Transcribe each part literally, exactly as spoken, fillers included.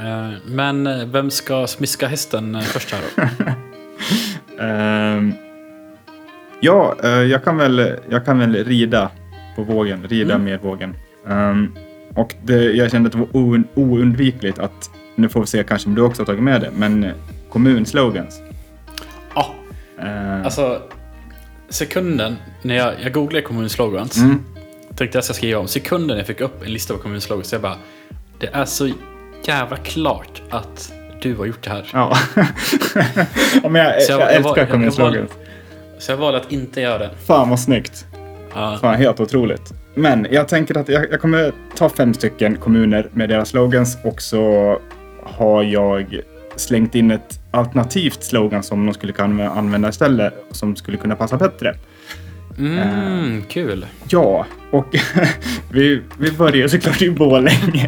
Uh, men vem ska smiska hästen först här då? uh, ja, uh, jag, kan väl, jag kan väl rida på vågen. Rida mm. med vågen. Um, och det, jag kände att det var ound, oundvikligt att, nu får vi se kanske om du också har tagit med det, men kommunslogans. Ja, oh. uh, alltså sekunden när jag, jag googlade kommunslogans mm. tänkte jag ska skriva om. Sekunden jag fick upp en lista på kommunslogans så jag bara, det är så jävla klart att du har gjort det här. Ja, ja men jag, jag, jag älskar kommunslogans. Så jag valde att inte göra det. Fan vad snyggt. Ja. Fan, helt otroligt. Men jag tänker att jag, jag kommer ta fem stycken kommuner med deras slogans och så har jag slängt in ett alternativt slogan som de skulle kunna använda istället som skulle kunna passa bättre. Mm, uh, kul. Ja, och vi, vi börjar såklart i Borlänge.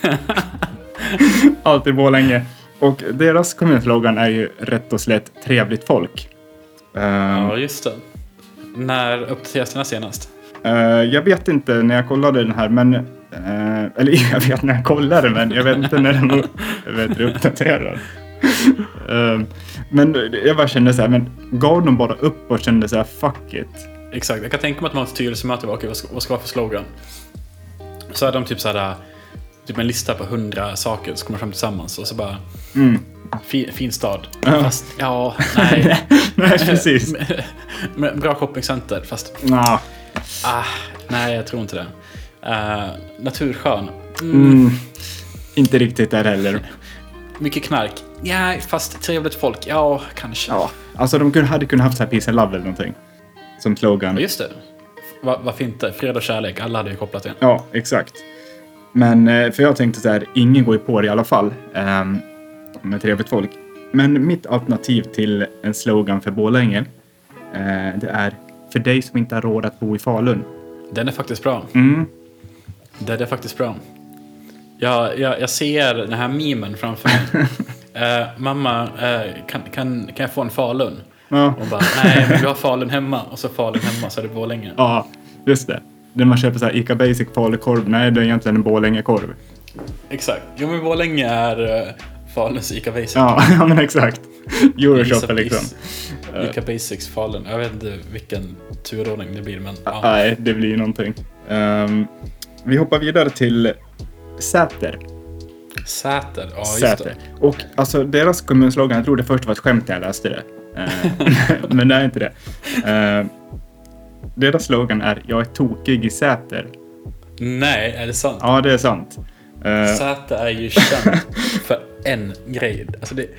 Alltid Borlänge. Och deras kommunslogan är ju rätt och slätt trevligt folk. Uh, ja, just det. När uppdaterades den här senast? Uh, jag vet inte när jag kollade den här, men uh, eller jag vet när jag kollade, men jag vet inte när den var uppdaterad. uh, men jag bara kände så här, men gav de bara upp och kände så här, fuck it. Exakt, jag kan tänka mig att man har ett styrelsemöte och vad ska, vad ska vara för slogan. Så är de typ så här, typ en lista på hundra saker som kommer fram tillsammans och så bara mm. fin, fin stad. Uh. Fast, ja, nej. Nej, precis. Bra shoppingcenter, fast nah. ah, nej, jag tror inte det. Uh, naturskön. Mm. Mm. Inte riktigt där heller. Mycket knark. Ja, fast trevligt folk. Ja, kanske. Ja, alltså de kunde, hade kunnat haft så här peace and love eller någonting. Som slogan. Ja, just det. Va, varför inte? Fred och kärlek. Alla hade ju kopplat det. Ja, exakt. Men för jag tänkte så här, ingen går ju på det i alla fall. Um, med trevligt folk. Men mitt alternativ till en slogan för Borlänge, uh, det är för dig som inte har råd att bo i Falun. Den är faktiskt bra. Mm. Den är faktiskt bra. Jag, jag, jag ser den här memen framför mig. uh, mamma, uh, kan, kan, kan jag få en Falun? Ja. Och bara, nej, men vi har Falun hemma. Och så Falun hemma, så är det Borlänge. Ja, just det. När man köper så här Ica Basic falukorv, nej, det är egentligen en Borlänge-korv. Exakt. Jo, men Borlänge är uh, Faluns Ica Basic. Ja, ja, men exakt. Euroshopper liksom. Ica Basics Falun. Jag vet inte vilken turordning det blir, men ja. Nej, det blir någonting. Um, vi hoppar vidare till Säter. Säter, ja, just Säter. det. Och alltså deras kommunslogan, jag tror det först var ett skämt när jag läste det. Uh, men det är inte det. Uh, deras slogan är jag är tokig i Säter. Nej, är det sant? Ja, det är sant. Uh, Säter är ju känd för en grej. Alltså det,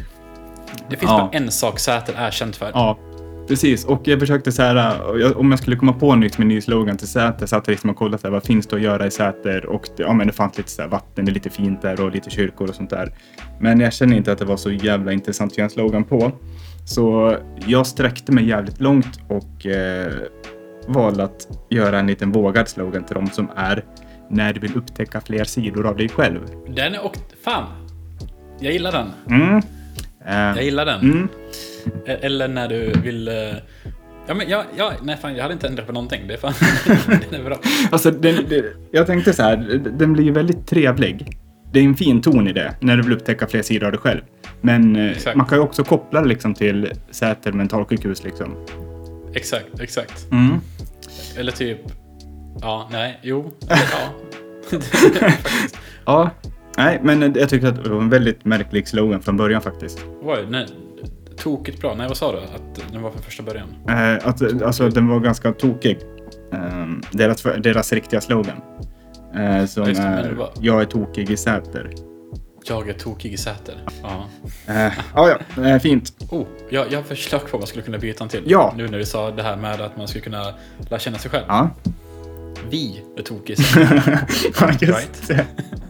det finns ja. bara en sak Säter är känd för. Ja, precis. Och jag försökte så här, om jag skulle komma på nytt med ny slogan till Säter, så att jag liksom och kollade så här, vad finns det att göra i Säter. Och det, ja, men det fanns lite så här, vatten, det är lite fint där och lite kyrkor och sånt där. Men jag känner inte att det var så jävla intressant att göra en slogan på. Så jag sträckte mig jävligt långt och eh, valde att göra en liten vågad slogan till dem som är när du vill upptäcka fler sidor av dig själv. Den är och fan. Jag gillar den. Mm. Uh, jag gillar den. Mm. Eller när du vill uh... ja men ja, ja nej fan, jag hade inte ändrat på någonting. Det är fan. Den är bra. Alltså den, den, jag tänkte så här, den blir ju väldigt trevlig. Det är en fin ton i det när du vill upptäcka fler sidor av dig själv. Men exakt. Man kan ju också koppla det liksom till Säter mentalsjukhus liksom. Exakt, exakt. Mm. Eller typ ja, nej, jo. Ja. Ja, nej, men jag tycker att det var en väldigt märklig slogan från början faktiskt. Oj, nej. Tokigt bra. Nej, vad sa du? Att den var från första början? Eh, att, alltså, den var ganska tokig. Eh, deras, deras riktiga slogan. Eh, som ja, är, var... jag är tokig i Säter. Jag är tokig i Säter. Ja. Eh, ja, ja. Eh, fint. Oh, jag, jag har förslag på vad man skulle kunna byta till. Ja. Nu när du sa det här med att man skulle kunna lära känna sig själv. Ja. Vi är tokig i Säter. Ja, just right?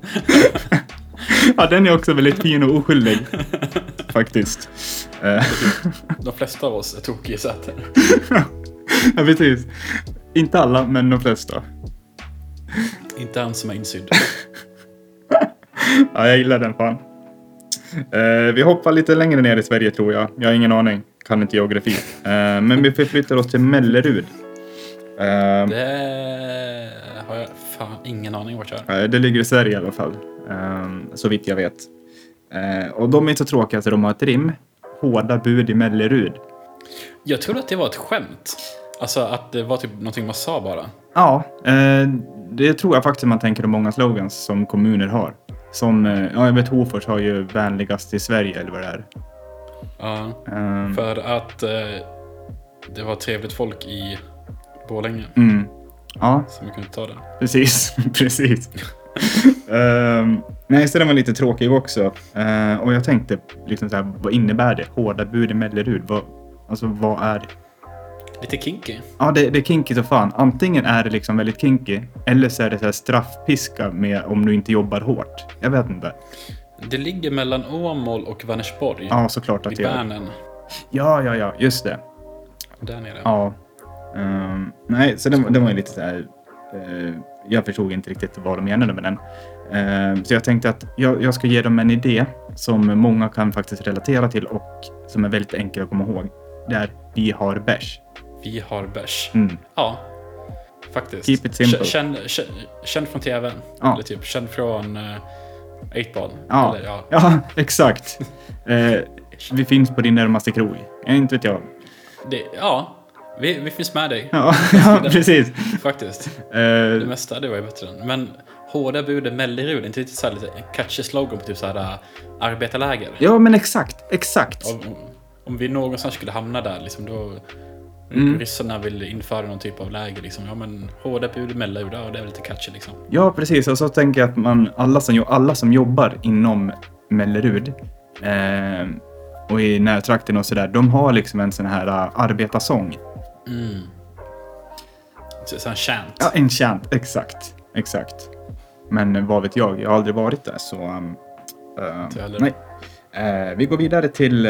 Ja, den är också väldigt fin och oskyldig. Faktiskt. De flesta av oss är tokiga i Säter. Ja, precis. Inte alla, men de flesta. Inte han som är insydd. Ja, jag gillar den fan. Uh, vi hoppar lite längre ner i Sverige tror jag. Jag har ingen aning. Kan inte geografi. Uh, men vi förflyttar oss till Mellerud. Uh, det har jag fan ingen aning vart jag är. Det ligger i Sverige i alla fall. Um, så vitt jag vet. Uh, och de är så tråkiga så de har ett rim. Hårda bud i Mellerud. Jag trodde att det var ett skämt. Alltså att det var typ någonting man sa bara. Ja, uh, det tror jag faktiskt man tänker om många slogans som kommuner har. Som, uh, ja jag vet Hofors har ju vänligast i Sverige eller vad det är. Ja, um, för att uh, det var trevligt folk i Borlänge. Mm. Ja. Så man kunde ta det. Precis, precis. um, nej, så den var lite tråkig också. Uh, och jag tänkte, liksom så här, vad innebär det? Hårda bud i Mellerud. Vad, alltså, vad är... Lite kinky. Ja, det, det är kinky så fan. Antingen är det liksom väldigt kinky, eller så är det så här straffpiska med om du inte jobbar hårt. Jag vet inte. Det ligger mellan Åmål och Vänersborg. Ja, såklart att det det gör. gör. Värnen. Ja, ja, ja, just det. Där nere. Ja. Um, nej, så det, det var ju lite så här... Uh, jag förstod inte riktigt vad de menade med den. Uh, så jag tänkte att jag, jag ska ge dem en idé som många kan faktiskt relatera till och som är väldigt enkel att komma ihåg. Det är vi har bärs. Vi har bärs. Mm. Ja, faktiskt. Keep it simple. Känd, känd, känd från tv. Ja. Eller typ känd från uh, eight ball. Ja, Eller, ja. ja exakt. uh, vi finns på din närmaste krog. Jag inte vet jag. Det, ja, vi, vi finns med dig. Ja, ja precis. Faktiskt. Uh, det mesta, det var ju bättre. Men hårda bud Mellerud, inte riktigt så här lite catchy slogan på typ så här uh, arbetarläger. Ja, men exakt, exakt. Om, om vi någonstans skulle hamna där, liksom då... Mm. Ryssarna vill införa någon typ av läger liksom. Ja, men hårda bud Mellerud, och det är väl lite catchy liksom. Ja, precis. Och så tänker jag att man, alla som, alla som jobbar inom Mellerud eh, och i närtrakten och sådär, de har liksom en sån här uh, arbetarsång. Mm. Så en chant. Ja, en chant, exakt. Exakt. Men vad vet jag, jag har aldrig varit där så... Um, uh, nej. Uh, vi går vidare till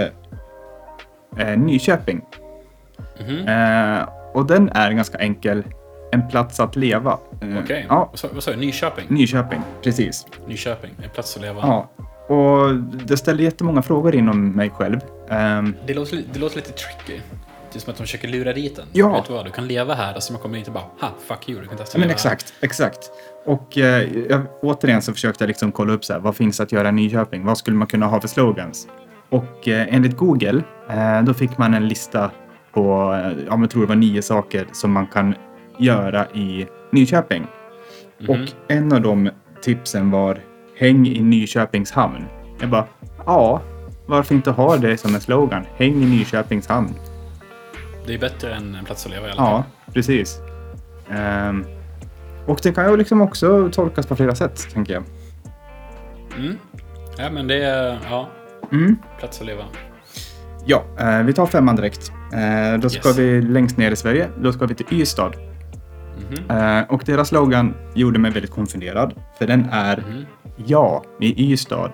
uh, Nyköping. Mm-hmm. Uh, och den är ganska enkel. En plats att leva. Uh, Okej, okay. Ja. vad, vad sa du? Nyköping? Nyköping, precis. Nyköping, en plats att leva. Ja, och det ställer jättemånga frågor inom mig själv. Um, det, låter, det låter lite tricky. Det är som att de försöker lura dit den. Ja. Vet du vad, du kan leva här och så man kommer inte bara, ha, fuck you, du kan inte Men exakt, här. exakt. Och eh, jag, återigen så försökte jag liksom kolla upp så här, vad finns att göra i Nyköping? Vad skulle man kunna ha för slogans? Och eh, enligt Google, eh, då fick man en lista på, ja, jag tror det var nio saker som man kan göra i Nyköping. Mm-hmm. Och en av de tipsen var, häng i Nyköpings hamn. Jag bara, ja, varför inte ha det som en slogan? Häng i Nyköpings hamn. Det är bättre än en plats att leva i alla fall. Ja, precis. Um, och det kan ju liksom också tolkas på flera sätt, tänker jag. Mm. Ja, men det är, ja, mm. plats att leva. Ja, uh, vi tar femman direkt. Uh, då ska yes. vi längst ner i Sverige. Då ska vi till Ystad. Mm-hmm. Uh, och deras slogan gjorde mig väldigt konfunderad. För den är, mm-hmm. ja, i Ystad.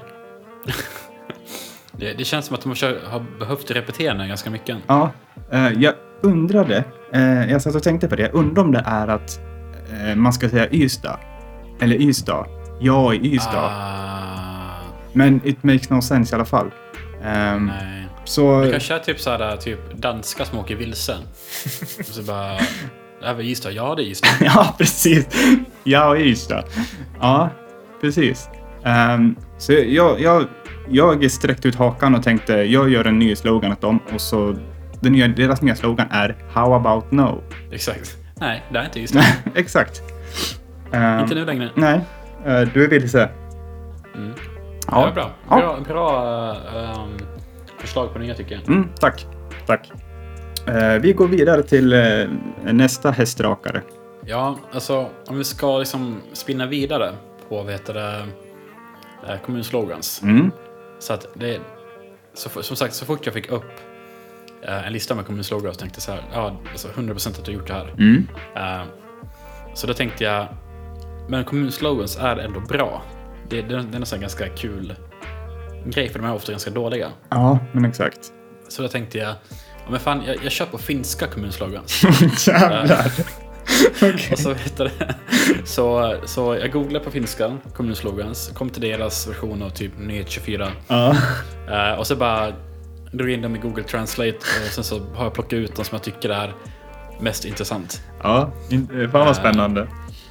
Det, det känns som att de har, har behövt repetera den ganska mycket. Ja, eh, jag undrade, eh, jag satt och tänkte på det, jag undrar om det är att eh, man ska säga Ystad, eller Ystad, ja i Ystad. Ah. Men it makes no sense i alla fall. Um, Nej. Så... Du kan köra typ såhär, typ danska som åker vilse. Och så bara, det här var Ystad, ja det är Ystad. Ja, precis. Ja, Ystad. Ja, precis. Um, så jag... jag Jag sträckte ut hakan och tänkte, jag gör en ny slogan åt dem. Och så, den nya, deras nya slogan är How about no? Exakt. Nej, det är inte just det. Exakt. Um, inte nu längre. Nej, uh, du är vilse. Mm. Ja, det var bra. Bra, ja. bra um, förslag på nya tycker jag. Mm, tack, tack. Uh, vi går vidare till uh, nästa hästrakare. Ja, alltså om vi ska liksom spinna vidare på, vad heter det, uh, kommunslogans. Mm. Så att det, så, som sagt, så fort jag fick upp uh, en lista med kommunslogans tänkte jag så här, ja, alltså hundra procent att du har gjort det här. Mm. Uh, så då tänkte jag, men kommunslogans är ändå bra. Det, det, det är en sån ganska kul grej, för de är ofta ganska dåliga. Ja, men exakt. Så då tänkte jag, ja, men fan, jag, jag kör på finska kommunslogans. Jävlar. Okay. Och så, vet du, så, så jag googlade på finska kommunslogans, kom till deras version av typ Nyhet tjugofyra. Uh. Uh, och så bara drog in dem i Google Translate och sen så har jag plockat ut dem som jag tycker är mest intressant. Ja, in, fan vad spännande. Uh,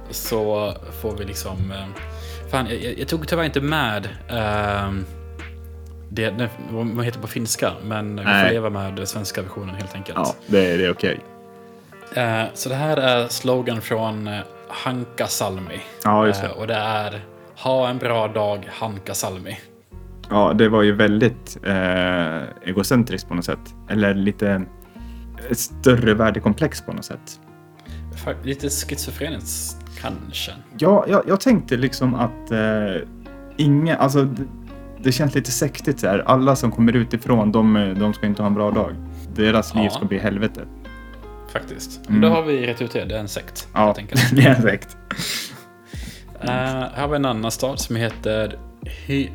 så får vi liksom... Fan, jag, jag tog tyvärr inte med uh, det, det, vad heter på finska, men vi får Nej. leva med den svenska versionen helt enkelt. Ja, det är, det är okej. Uh, så det här är slogan från uh, Hanka Salmi. Ja, just det. Uh, och det är ha en bra dag, Hanka Salmi. Ja, det var ju väldigt eh, egocentriskt på något sätt. Eller lite ett större värdekomplex på något sätt. Lite schizofreniskt kanske. Ja, jag, jag tänkte liksom att eh, inga, alltså det, det känns lite sektigt så här. Alla som kommer utifrån, de, de ska inte ha en bra dag. Deras Ja. liv ska bli helvete. Faktiskt. Mm. Då har vi rätt ut det. Det är en sekt. Ja, helt enkelt. det är en sekt. Uh, här har vi en annan stad som heter Hy...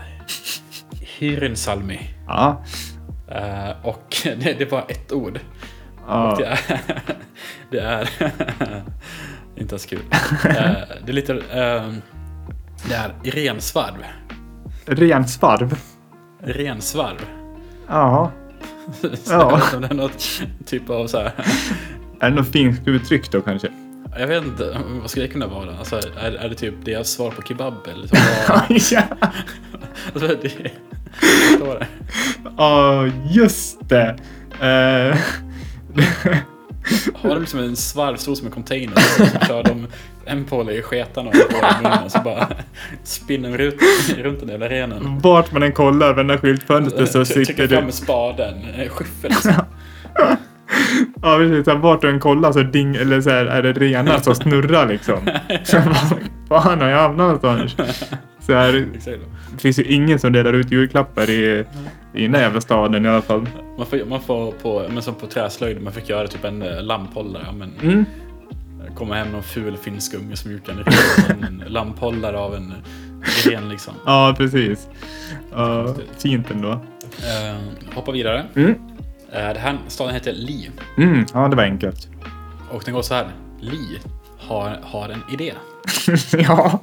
Hyrinsalmi. Ja. Uh, och det, det är bara ett ord. Ja. Och det är... det är... inte ens kul. Uh, det är lite... Uh, det är rensvarv. Rensvarv. Rensvarv. Ja. Så Ja. jag vet inte om det är något typ av så här... Är det något finskt uttryck då kanske? Jag vet inte, vad skulle det kunna vara? Alltså, är, är det typ deras svar på kebab? Eller så? Ja. Alltså, det står det. Ja, just det. Uh, Har de liksom en svarv stor som en container och så kör de en påle i sketan och en påle i munnen och så bara spinner runt, runt den hela renen. vart man än kollar, vända skyltfönster så sitter Trycker det... fram med spaden, skyffel liksom. Ja, precis. Så här, vart du än kollar så ding, eller så här, är det renar som snurrar liksom. Så vad fan har jag hamnat någonstans? Så här, det finns ju ingen som delar ut julklappar i, i den där jävla staden i alla fall. Man får, man får på, men som på träslöjd, man fick göra typ en uh, lamphållare. Men Mm. komma hem någon ful finsk unge som gjort en, en lamphållare av en gren liksom. Ja, precis. Ja, fint ändå. Uh, hoppa vidare. Mm. Uh, det här staden heter Li. Mm. Ja, det var enkelt. Och den går så här. Li har, har en idé. Ja.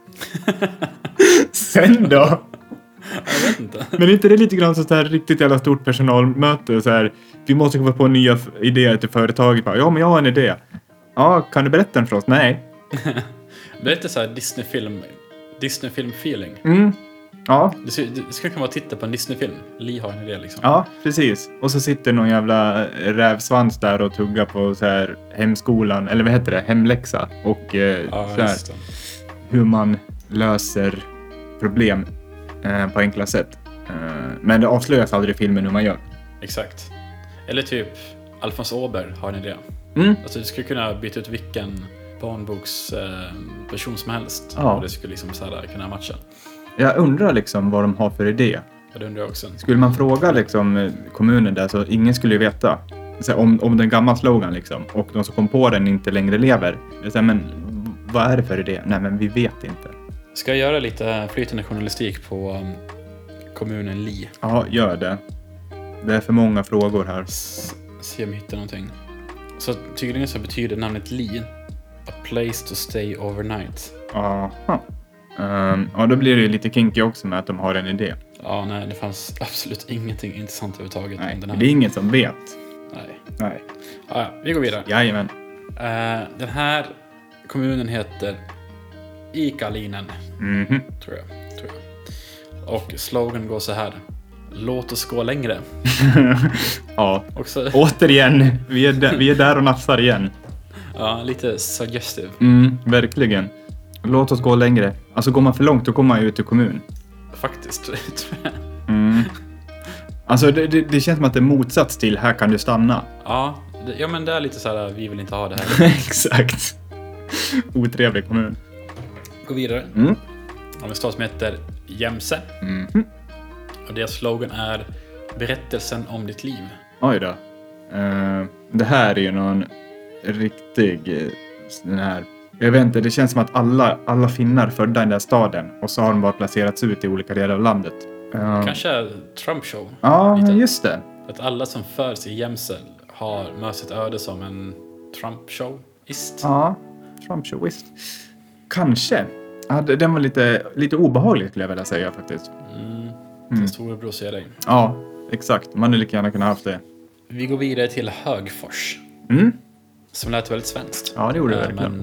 Sen då? Jag vet inte. Men är inte det lite grann så här riktigt jävla stort personalmöte? Så här, vi måste komma på nya f- idéer till företaget. Ja, men jag har en idé. Ja, kan du berätta den för oss? Nej. Det är lite så här Disney-film Disney-film-feeling. Mm. Ja. Det skulle, det skulle kunna vara att titta på en Disney-film. Li har en idé liksom. Ja, precis. Och så sitter någon jävla rävsvans där och tuggar på så här hemskolan, eller vad heter det? Hemläxa. Och eh, Ja, så här, just det. hur man löser problem eh, på enkla sätt. Eh, men det avslöjas aldrig i filmen hur man gör. Exakt. Eller typ Alfons Åberg har en idé. Mm. Alltså du skulle kunna byta ut vilken barnboks eh, person som helst. Ja. Och det skulle liksom så här kunna matcha. Jag undrar liksom vad de har för idé. Ja, det undrar jag också. Skulle man fråga liksom kommunen där så ingen skulle ju veta. Så här, om, om den gamla slogan liksom. Och de som kom på den inte längre lever. Så här, men vad är det för idé? Nej, men vi vet inte. Ska jag göra lite flytande journalistik på um, kommunen Li? Ja, gör det. Det är för många frågor här. S- se om jag hittar någonting. Så tydligen så betyder namnet Li a place to stay overnight. Aha. Um, ja, då blir det ju lite kinky också med att de har en idé. Ja, nej, det fanns absolut ingenting intressant överhuvudtaget Nej, om den här. det är ingen som vet. Nej. Nej. Ja, ja, vi går vidare. Jajamän. Uh, den här kommunen heter Ikalinen, Mhm. tror jag. Tror jag. Och slogan går så här. Låt oss gå längre. Ja, Också, återigen. Vi är, där, vi är där och nafsar igen. ja, lite suggestive. Mm, verkligen. Låt oss gå längre. Alltså går man för långt då kommer man ju ut i kommun. Faktiskt, tror jag. Mm. Alltså det, det, det känns som att det är motsats till här kan du stanna. Ja, det, ja, men det är lite så här, vi vill inte ha det här. Exakt. Otrevlig kommun. Gå vidare. Mm. Har vi en stad som heter Jämse. Mm. Och deras slogan är berättelsen om ditt liv. Oj då. Uh, det här är ju någon riktig uh, den här. Jag vet inte, det känns som att alla, alla finnar födda i den där staden och så har de bara placerats ut i olika delar av landet. Uh, Kanske Trump show. Ja, lite. just det. Att alla som föds i Jämse har med sitt öde som en Trump show-ist. Ja, Trump show, visst. Kanske. Ja, det- den var lite, lite obehaglig skulle jag vilja säga faktiskt. Mm. Mm. Din storebror ser dig. Ja, exakt. Man hade lika gärna kunnat haft det. Vi går vidare till Högfors. Mm. Som lät väldigt svenskt. Ja, det gjorde det Eh, verkligen. Men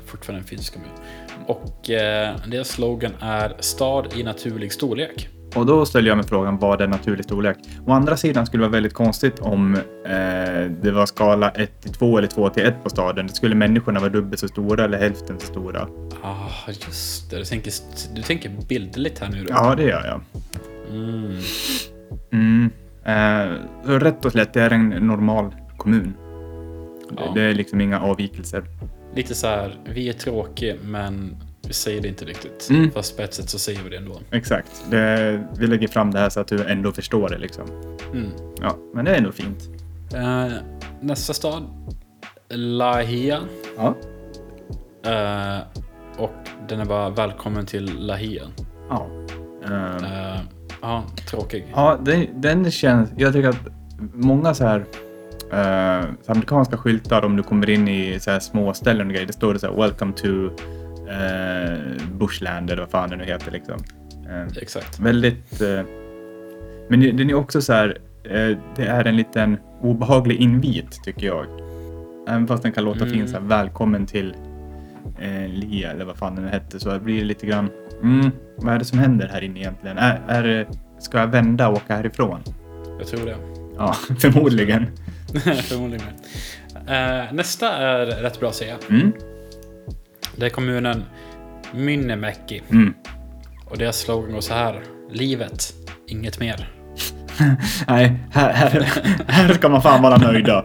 fortfarande en finsk kommun. Och eh, deras slogan är stad i naturlig storlek. Och då ställer jag mig frågan, vad är naturlig storlek? Å andra sidan skulle det vara väldigt konstigt om eh, det var skala ett till två eller två till ett på staden. Det skulle människorna vara dubbelt så stora eller hälften så stora. Ja, ah, just det. Du tänker, du tänker bildligt här nu då? Ja, det gör jag. Mm. Mm. Eh, så rätt och slätt, det är en normal kommun. Ja. Det, det är liksom inga avvikelser. Lite så här, vi är tråkiga men vi säger det inte riktigt. Mm. Fast på ett sätt så säger vi det ändå. Exakt. Det, vi lägger fram det här så att du ändå förstår det liksom. Mm. Ja, men det är ändå fint. Uh, nästa stad, Lahia. Ja. Uh, och den är bara välkommen till Lahia. Ja. Uh, uh, ja, tråkig. Ja, den, den känns... Jag tycker att många så här... Uh, amerikanska skyltar, om du kommer in i så här små ställen och grejer, det står det så här welcome to uh, Bushland eller vad fan det nu heter liksom. Uh, Exakt. Väldigt uh, men den är också så här uh, det är en liten obehaglig invit tycker jag. Även fast den kan låta mm. fin så här, välkommen till uh, Lia eller vad fan den hette, så blir det lite grann mm, vad är det som händer här inne egentligen? Är, är, ska jag vända och åka härifrån? Jag tror det. Ja, förmodligen. Förmodligen. Uh, nästa är rätt bra att säga. Mm. Det är kommunen Mynnemäki. Mm. Och deras slogan går så här: livet, inget mer. Nej, här, här, här ska man fan vara nöjda.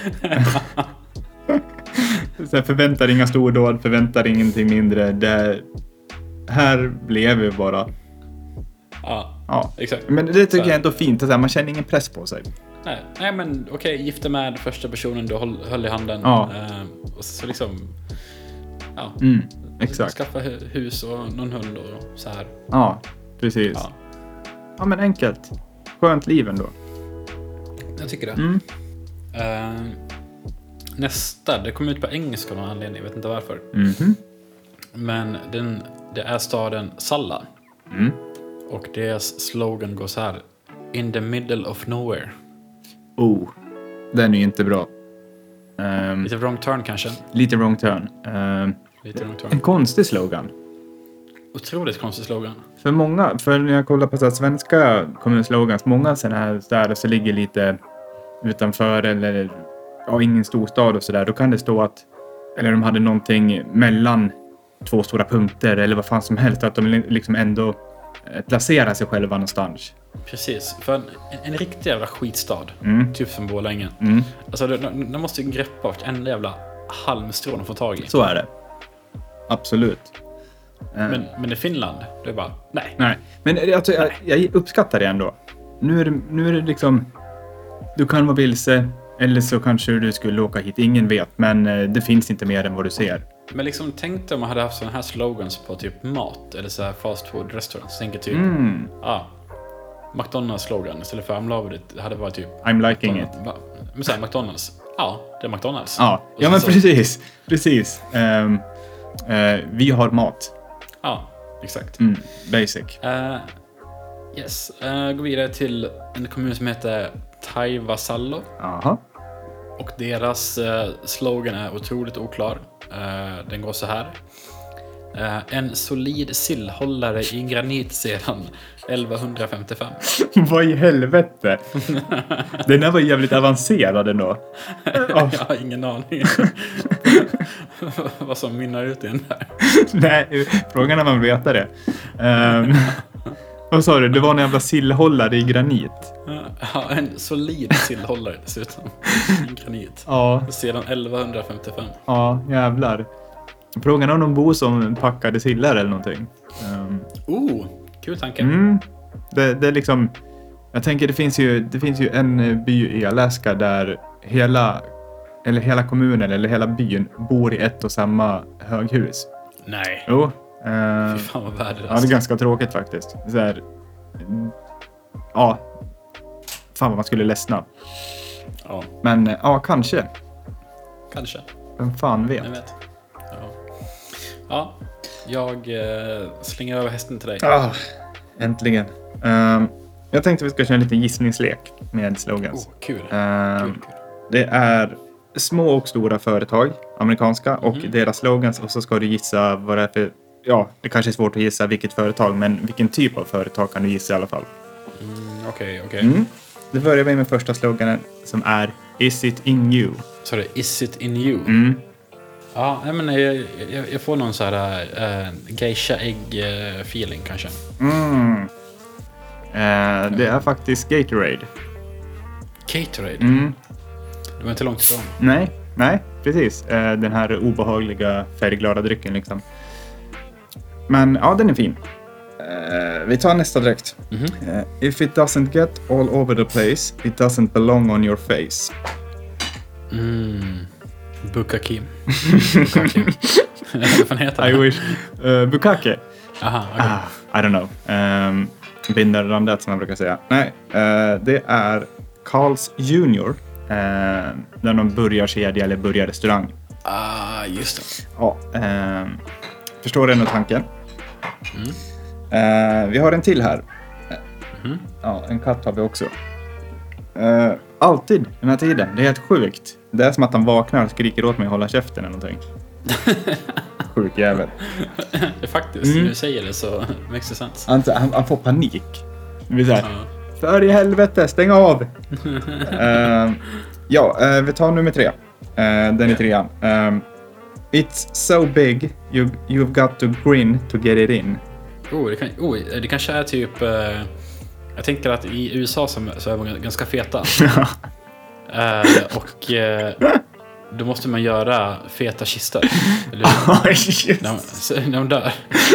Så jag förväntar inga stordåd, förväntar ingenting mindre. Det, här blev vi bara. Ja, ja, exakt. Men det tycker jag är ändå fint. Att man känner ingen press på sig. Nej, nej men okej, okay, gifta med första personen du höll, höll i handen. Ja. Eh, och så liksom, ja. Mm, exakt. Skaffa hus och någon hund och så här. Ja, precis. Ja, ja men enkelt. Skönt liv ändå. Jag tycker det. Mm. Eh, nästa, det kom ut på engelska av någon anledning, jag vet inte varför. Mm-hmm. Men den, det är staden Salla. Mm. Och deras slogan går så här: in the middle of nowhere. Oh, den är ju inte bra. Um, lite wrong turn kanske. Lite wrong turn. Um, lite wrong turn. En konstig slogan. Otroligt konstig slogan. För många, för när jag kollar på så här, svenska kommunslogans, många sådana här städer så ligger lite utanför eller ja, ingen storstad och sådär. Då kan det stå att, eller de hade någonting mellan två stora punkter eller vad fan som helst, att de liksom ändå placera sig själva någonstans. Precis, för en, en riktig jävla skitstad, mm. typ som Borlänge. Mm. Alltså, de, de måste ju greppa vartenda jävla halmstrå de får tag i. Så är det. Absolut. Men, men i Finland, det är bara, nej. Nej, men alltså, jag, jag uppskattar det ändå. Nu är det, nu är det liksom, du kan vara vilse, eller så kanske du skulle åka hit, ingen vet, men det finns inte mer än vad du ser. Men liksom tänkte om man hade haft sådana här slogans på typ mat eller så här fast food restaurants. Tänker typ, mm. ah, McDonalds slogan istället för I'm loving it. Det hade varit typ I'm liking it. Men så här, McDonalds. Ja, det är McDonalds. Ja, ja men så, precis. Precis. Um, uh, vi har mat. Ja, exakt. Mm, basic. Uh, yes. Uh, gå vidare till en kommun som heter Taivasallo. Aha. Och deras uh, slogan är otroligt oklar. Uh, den går så här. Uh, en solid sillhållare i granit sedan elva femtiofem. Vad i helvete? Den här var jävligt avancerad ändå. Oh. Jag har ingen aning vad som minnar ut i den där. Nej, frågan är om man vill veta det. Um, vad sa du? Det var en jävla sillhållare i granit. Ja, en solid sillhållare dessutom. I granit. Ja. Sedan elva femtiofem. Ja, jävlar. Frågan om de bor som packade sillar eller någonting. Um, oh, kul tanke. Mm, det, det är liksom... Jag tänker det finns ju, det finns ju en by i Alaska där hela, eller hela kommunen eller hela byn bor i ett och samma höghus. Nej. Jo. Uh, Fy fan vad värdelöst. Ja, det är ganska tråkigt faktiskt. Så här, ja. Fan vad man skulle ledsna. Ja. Men ja, kanske. Kanske. Vem fan vet. Jag vet. Ja. Ja, jag eh, slänger över hästen till dig. Ah, äntligen. Um, jag tänkte vi ska köra en liten gissningslek med slogans. Oh, kul. Um, kul, kul. Det är små och stora företag, amerikanska, och Mhm. deras slogans. Och så ska du gissa vad det är för... Ja, det kanske är svårt att gissa vilket företag, men vilken typ av företag kan du gissa i alla fall. Mm, Okej, okej. Mm. Då börjar vi med första sloganen som är Is it in you? Så det är Is it in you? Mm. Ja, nej, men jag, jag, jag får någon så här äh, geisha ägg-feeling kanske. Mm. Eh, det är faktiskt Gatorade. Gatorade? Mm. Det var inte långt ifrån. Nej, nej, precis. Eh, den här obehagliga färgglada drycken liksom. Men ja, den är fin. Eh, vi tar nästa direkt. Mhm. Eh, if it doesn't get all over the place, it doesn't belong on your face. Mm. Bukaki. Bukaki. Vad fan heter det? I wish. Uh, Bukake. Aha, okej. Ah, I don't know. Um, Binder randet som man brukar säga. Nej, uh, det är Carl's junior. Uh, där de börjar kedja eller börjar restaurang. Ah, just det. Ja, um, förstår du ändå tanken? Mm. Uh, vi har en till här. Mhm. Ja, en katt har vi också. Uh, alltid den här tiden. Det är helt sjukt. Det är som att han vaknar och skriker åt mig att hålla käften eller någonting. Sjuk jävel. Faktiskt, Mm. när du säger det så makes it sense. Han, han, han får panik. Det vill säga, Ja. för i helvete, stäng av! uh, ja, uh, vi tar nummer tre. Uh, den är trean. Um, It's so big, you, you've got to grin to get it in. Oh, det, kan, oh, det kanske är typ... Eh, jag tänker att i U S A så, så är de ganska feta. eh, och eh, då måste man göra feta kistor. Eller, Just. när, så- när de dör.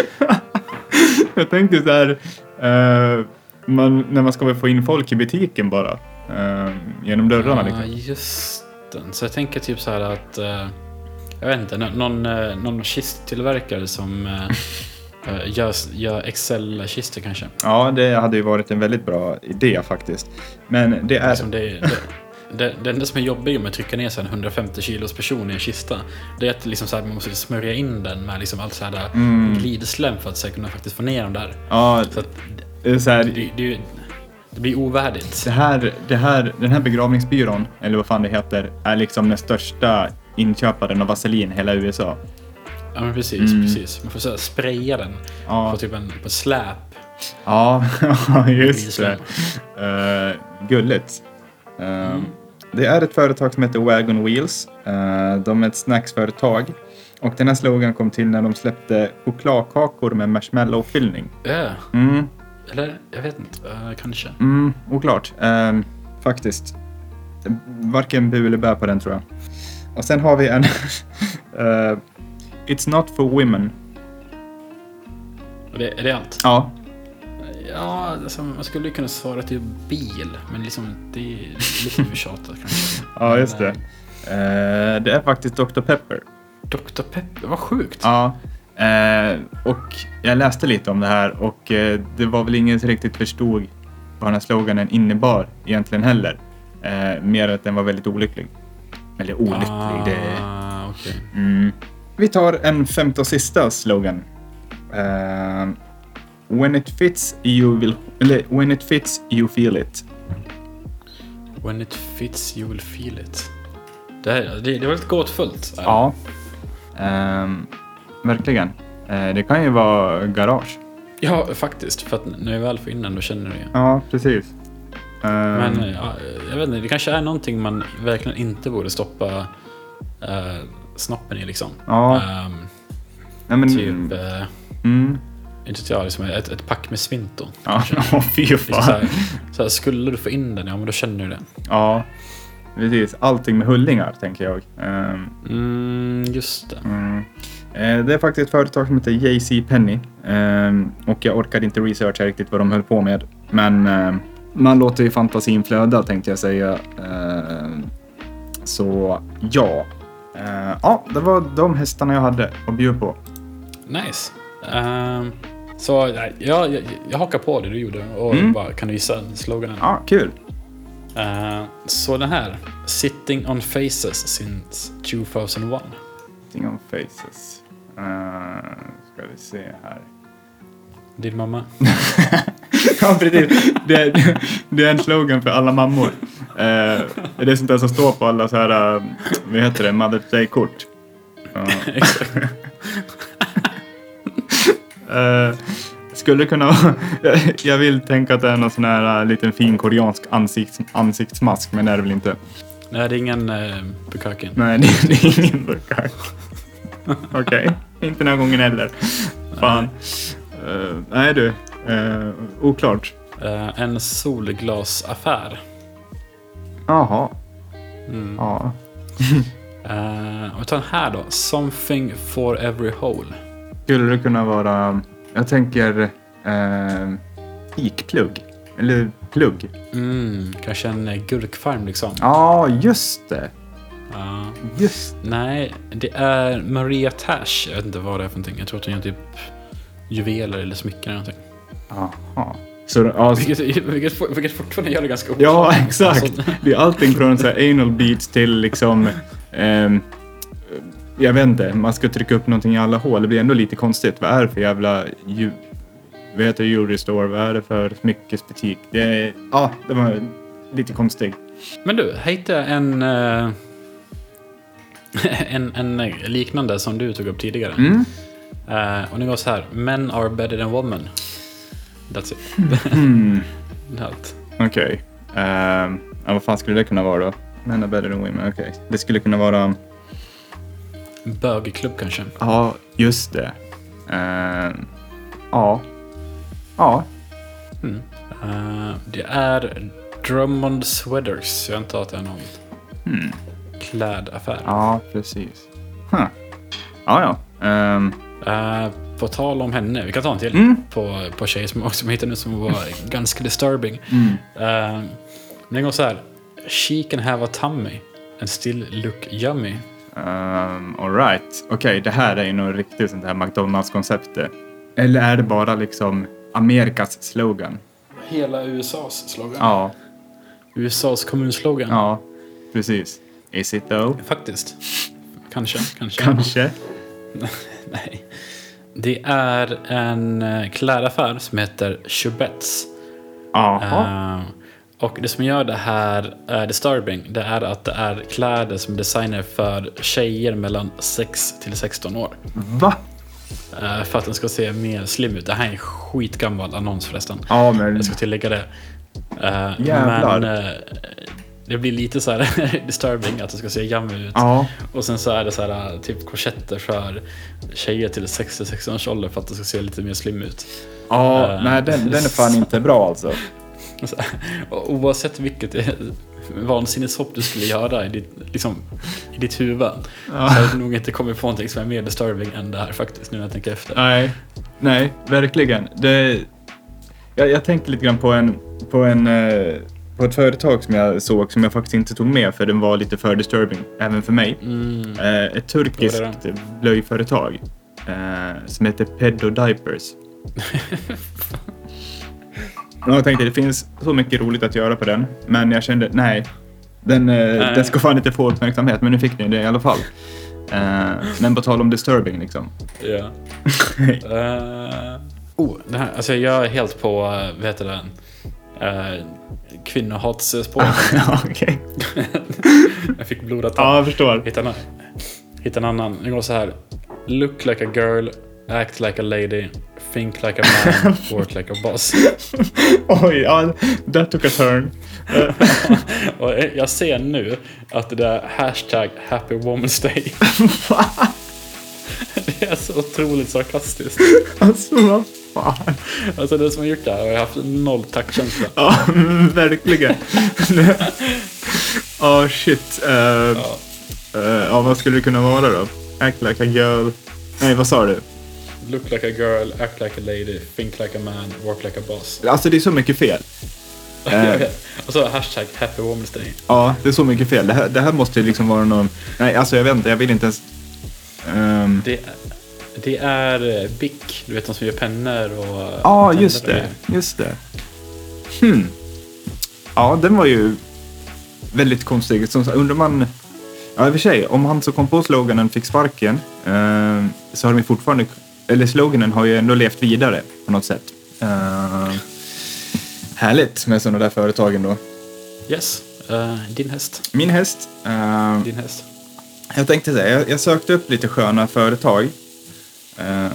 Jag tänkte så här, uh, man, när man ska väl få in folk i butiken bara. Uh, genom dörrarna Ja, liksom. just den. Så jag tänker typ så här att... Eh, jag vet inte, nå- någon, eh, någon kisttillverkare som eh, eh, gör, gör Excel-kistor kanske. Ja, det hade ju varit en väldigt bra idé faktiskt. Men det är... Liksom det, det, det, det enda som är jobbigt med att trycka ner så här en hundrafemtio kilos person i en kista, det är att liksom så här, man måste smörja in den med liksom allt så här där Mm. glidslem för att så här, kunna faktiskt få ner dem där. Ja, Så att det är så här, det, det, det blir ovärdigt. det här, det här, den här begravningsbyrån, eller vad fan det heter, är liksom den största inköparen av vaselin i hela U S A. Ja, men precis, Mm. precis. Man får så här spraya den Ja. på typ en på släp. Ja, just det. Glidslem. Uh, gulligt. Uh, Det är ett företag som heter Wagon Wheels. Uh, de är ett snacksföretag. Och den här slogan kom till när de släppte chokladkakor med marshmallow-fyllning. Ja, Mm, eller jag vet inte, uh, kanske. mm, oklart. Um, faktiskt. Varken bu eller bä på den, tror jag. Och sen har vi en... uh, It's not for women. Och det, är det allt? Ja. Ja, alltså, man skulle ju kunna svara till bil, men liksom det är lite uttjatat kanske. Ja, just det. Men, Uh, det är faktiskt doktor Pepper. doktor Pepper, vad sjukt. Ja, eh, och jag läste lite om det här och eh, det var väl ingen som riktigt förstod vad den här sloganen innebar egentligen heller. Eh, mer att den var väldigt olycklig. Eller olycklig, ah, det... okej. Mm. Vi tar en femte och sista slogan. Eh, when it fits you will... Eller, when it fits you feel it. When it fits you will feel it. Det, här, det, det var lite gåtfullt. Ja, ehm, verkligen. Eh, det kan ju vara garage. Ja, faktiskt. För att när jag väl får in den, då känner du det. Ja, precis. Ehm, Men ja, jag vet inte, det kanske är någonting man verkligen inte borde stoppa eh, snoppen i liksom. Ja. Ehm, ja, men, typ, eh, mm. inte vet jag, liksom ett, ett pack med Svinto. Ja, oh, fy Liksom så fan. här, så här, skulle du få in den, ja men då känner du det. Ja, precis. Allting med hullingar, tänker jag. Ehm, Mm, just det. mm. Eh, det är faktiskt ett företag som heter J C Penney. Ehm, och jag orkade inte researcha riktigt vad de höll på med. Men ehm, man låter ju fantasin flöda, tänkte jag säga. Ehm, så ja. Ehm, ja, det var de hästarna jag hade att bjuda på. Nice. Ehm, så ja, jag, jag hakar på det du gjorde och Mm. bara kan du visa sloganen. Ja, kul. Uh, så den här, Sitting on Faces since two thousand one. Sitting on faces. Uh, ska vi se här. Din mamma. Ja, precis. Det, det är en slogan för alla mammor. Uh, det är sånt där som står på alla så här, uh, vad heter det, Mother's Day-kort. Uh. uh, skulle kunna vara, jag vill tänka att det är någon sån här uh, liten fin koreansk ansikts, ansiktsmask, men det är det väl inte. Nej, det är ingen uh, bukkake. Nej, det, det är ingen bukkake. Okej, okay. Inte den här gången heller. Fan. Uh, nej du, uh, oklart. Uh, en solglasaffär. Jaha. Mm. Ja. uh, och ta den här då. Something for every hole. Skulle det kunna vara, jag tänker uh, ikplugg. Eller plugg. Mm, kanske en uh, gurkfarm liksom. Ja, just det. Ja. Just. Nej, det är Maria Tash. Jag vet inte vad det är för någonting. Jag tror att hon gör typ juveler eller smycken eller någonting. Jaha. Så, ja, vilket, vilket, vilket fortfarande gör det ganska oklart. Ja, exakt. Alltså. Det är allting från så här anal beads till liksom... Um, jag vet inte, man ska trycka upp någonting i alla hål. Det blir ändå lite konstigt. Vad är det för jävla... Ju, vad heter jewelry store? Vad är det för smyckesbutik? Det är... Ja, det var lite konstigt. Men du, hittade en... Uh, en, en liknande som du tog upp tidigare. Mm. Uh, och det går så här. Men are better than women. That's it. Mm. Allt. Okej. Okay. Uh, ja, vad fan skulle det kunna vara då? Men are better than women, okej. Okay. Det skulle kunna vara... Bögklubb kanske. Ja, just det. Uh, ja. Ja. Mm. Uh, det är Drummond Sweaters. Jag antar att det är någon mm. klädaffär. Ja, precis. Huh. Ja, ja. Um. Uh, på tal om henne, vi kan ta en till mm. på, på tjejer som också hittade nu som var ganska disturbing. Mm. Uh, den går så här. She can have a tummy and still look yummy. Um, all right. Okej, okay, det här är ju nog riktigt sånt här McDonalds-konceptet. Eller är det bara liksom Amerikas slogan? Hela U S A's slogan. Ja. U S A's kommunslogan. Ja, precis. Is it though? Faktiskt. Kanske, kanske. Kanske. Nej. Det är en klädaffär som heter Chubets. Jaha. Uh, och det som gör det här uh, disturbing, det är att det är kläder som är designade för tjejer mellan sex till sexton år. Va? Uh, för att den ska se mer slim ut. Det här är en skitgammal annons förresten. Ja, men... Jag ska tillägga det. Uh, Jävlar. Men uh, det blir lite så här disturbing att det ska se yummy ut. Ja. Och sen så är det så här typ korsetter för tjejer till sex till sexton års ålder för att det ska se lite mer slim ut. Ja, uh, nej den, den är fan inte bra alltså. Så, oavsett vilket vansinneshopp du skulle göra i ditt, liksom, i ditt huvud, ja. Så har du nog inte kommit på någonting som är mer disturbing än det här faktiskt, nu när jag tänker efter. Nej, nej, verkligen. Det, jag, jag tänkte lite grann på en, på en på ett företag som jag såg som jag faktiskt inte tog med för den var lite för disturbing, även för mig. Mm. Ett turkiskt blöjföretag som heter Pedo Diapers. Jag tänkte det finns så mycket roligt att göra på den, men jag kände nej, den, nej. den ska fan inte få uppmärksamhet, men nu fick ni det i alla fall. Uh, men på tal om disturbing liksom. Ja. uh, oh, det här, alltså jag är helt på, vad heter det, uh, kvinnohatsspår. Ja, okej. Jag fick blodat. Ja, jag förstår. Hitta en, hitta en annan. Det går så här. Look like a girl, act like a lady, think like a man, work like a boss. Oj, ja, that took a turn. Och jag ser nu att det där hashtag Happy Woman's Day. Det är så otroligt sarkastiskt. Alltså, vad fan. Alltså det som har gjort det här har jag haft noll tackkänsla. Ja, verkligen. Oh shit. Uh, ja. Uh, ja, vad skulle det kunna vara då? Act like a girl. Nej, vad sa du? Look like a girl, act like a lady, think like a man, work like a boss. Alltså det är så mycket fel. Jag vet. Och så hashtag Happy Woman's Day. Ja, det är så mycket fel. Det här, det här måste liksom vara någon... Nej, alltså jag vet inte, jag vill inte ens... Um... Det, det är Bic, du vet de som gör pennor och... Ja, just det, just det. Hmm. Ja, den var ju väldigt konstig. Så undrar man... Ja, i och för sig, om han som kom på sloganen fick sparken uh, så har de fortfarande... Eller sloganen har ju ändå levt vidare på något sätt. Uh, härligt med sådana där företagen då. Yes. Uh, din häst. Min häst. Uh, din häst. Jag tänkte säga, jag, jag sökte upp lite sköna företag. Uh,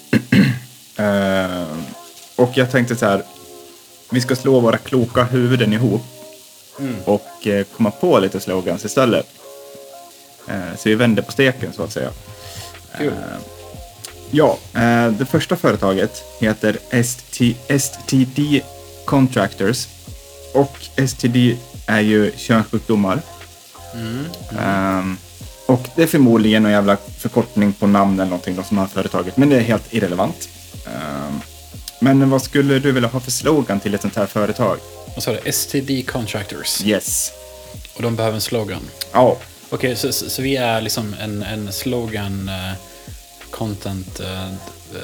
uh, och jag tänkte så här, vi ska slå våra kloka huvuden ihop. Mm. Och uh, komma på lite slogans istället. Uh, så vi vänder på steken så att säga. Kul. Uh, ja, uh, det första företaget heter S T D Contractors. Och S T D är ju könssjukdomar. Mm. Mm. Um, och det är förmodligen någon jävla förkortning på namn eller någonting då, som har företaget. Men det är helt irrelevant. Um, men vad skulle du vilja ha för slogan till ett sånt här företag? Vad sa du? S T D Contractors? Yes. Och de behöver en slogan? Ja. Okej, okay, så, så, så vi är liksom en, en slogan uh, content... Uh, uh,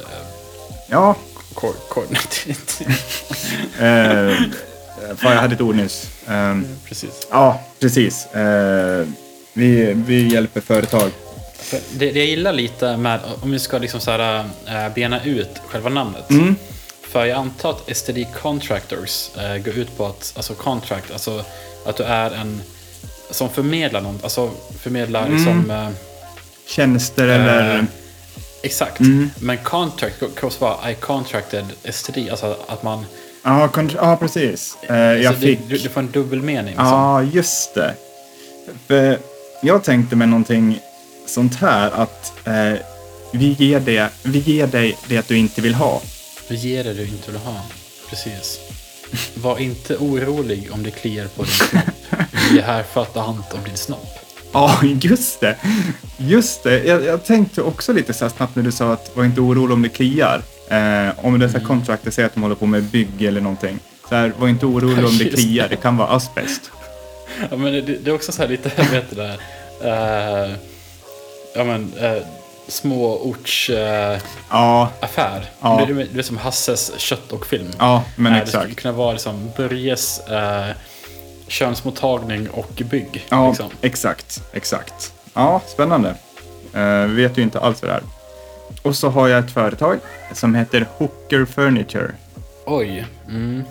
ja. Coordinate. uh, Fan, jag hade ett ord nyss. Um, precis. Ja, precis. Uh, vi, vi hjälper företag. Det, det jag gillar lite med, om vi ska liksom så här, uh, bena ut själva namnet. Mm. För jag antar att S T D Contractors uh, går ut på att, alltså contract, alltså att du är en som förmedlar något, alltså förmedlar mm. liksom... Uh, tjänster uh, eller... Exakt. Mm. Men contract kan också vara I contracted S T D, alltså att man... Ja, kont- ja, precis. Uh, jag fick... du, du får en dubbelmening. Ja, liksom. Just det. För jag tänkte med någonting sånt här att uh, vi, ger det, vi ger dig det att du inte vill ha. Vi ger det du inte vill ha. Precis. Var inte orolig om det kliar på din snopp. Vi är här för att ta hand om din snopp. Ja, just det. Just det. Jag, jag tänkte också lite så här snabbt när du sa att var inte orolig om det kliar. Eh, om det är så här kontrakter, säger att de håller på med bygg eller någonting. Så här, var inte orolig om det kliar. Det kan vara asbest. Ja, men det, det är också så här lite, jag vet det där. Uh, ja, men... Uh, små orts uh, ja. affär. Ja. Det, det, det är som Hasses kött och film. Ja, men uh, exakt. Det skulle kunna vara liksom Börjes uh, könsmottagning och bygg. Ja, liksom. exakt. Exakt. Ja, spännande. Uh, vi vet ju inte alls vad det är. Och så har jag ett företag som heter Hooker Furniture. Oj. Mm.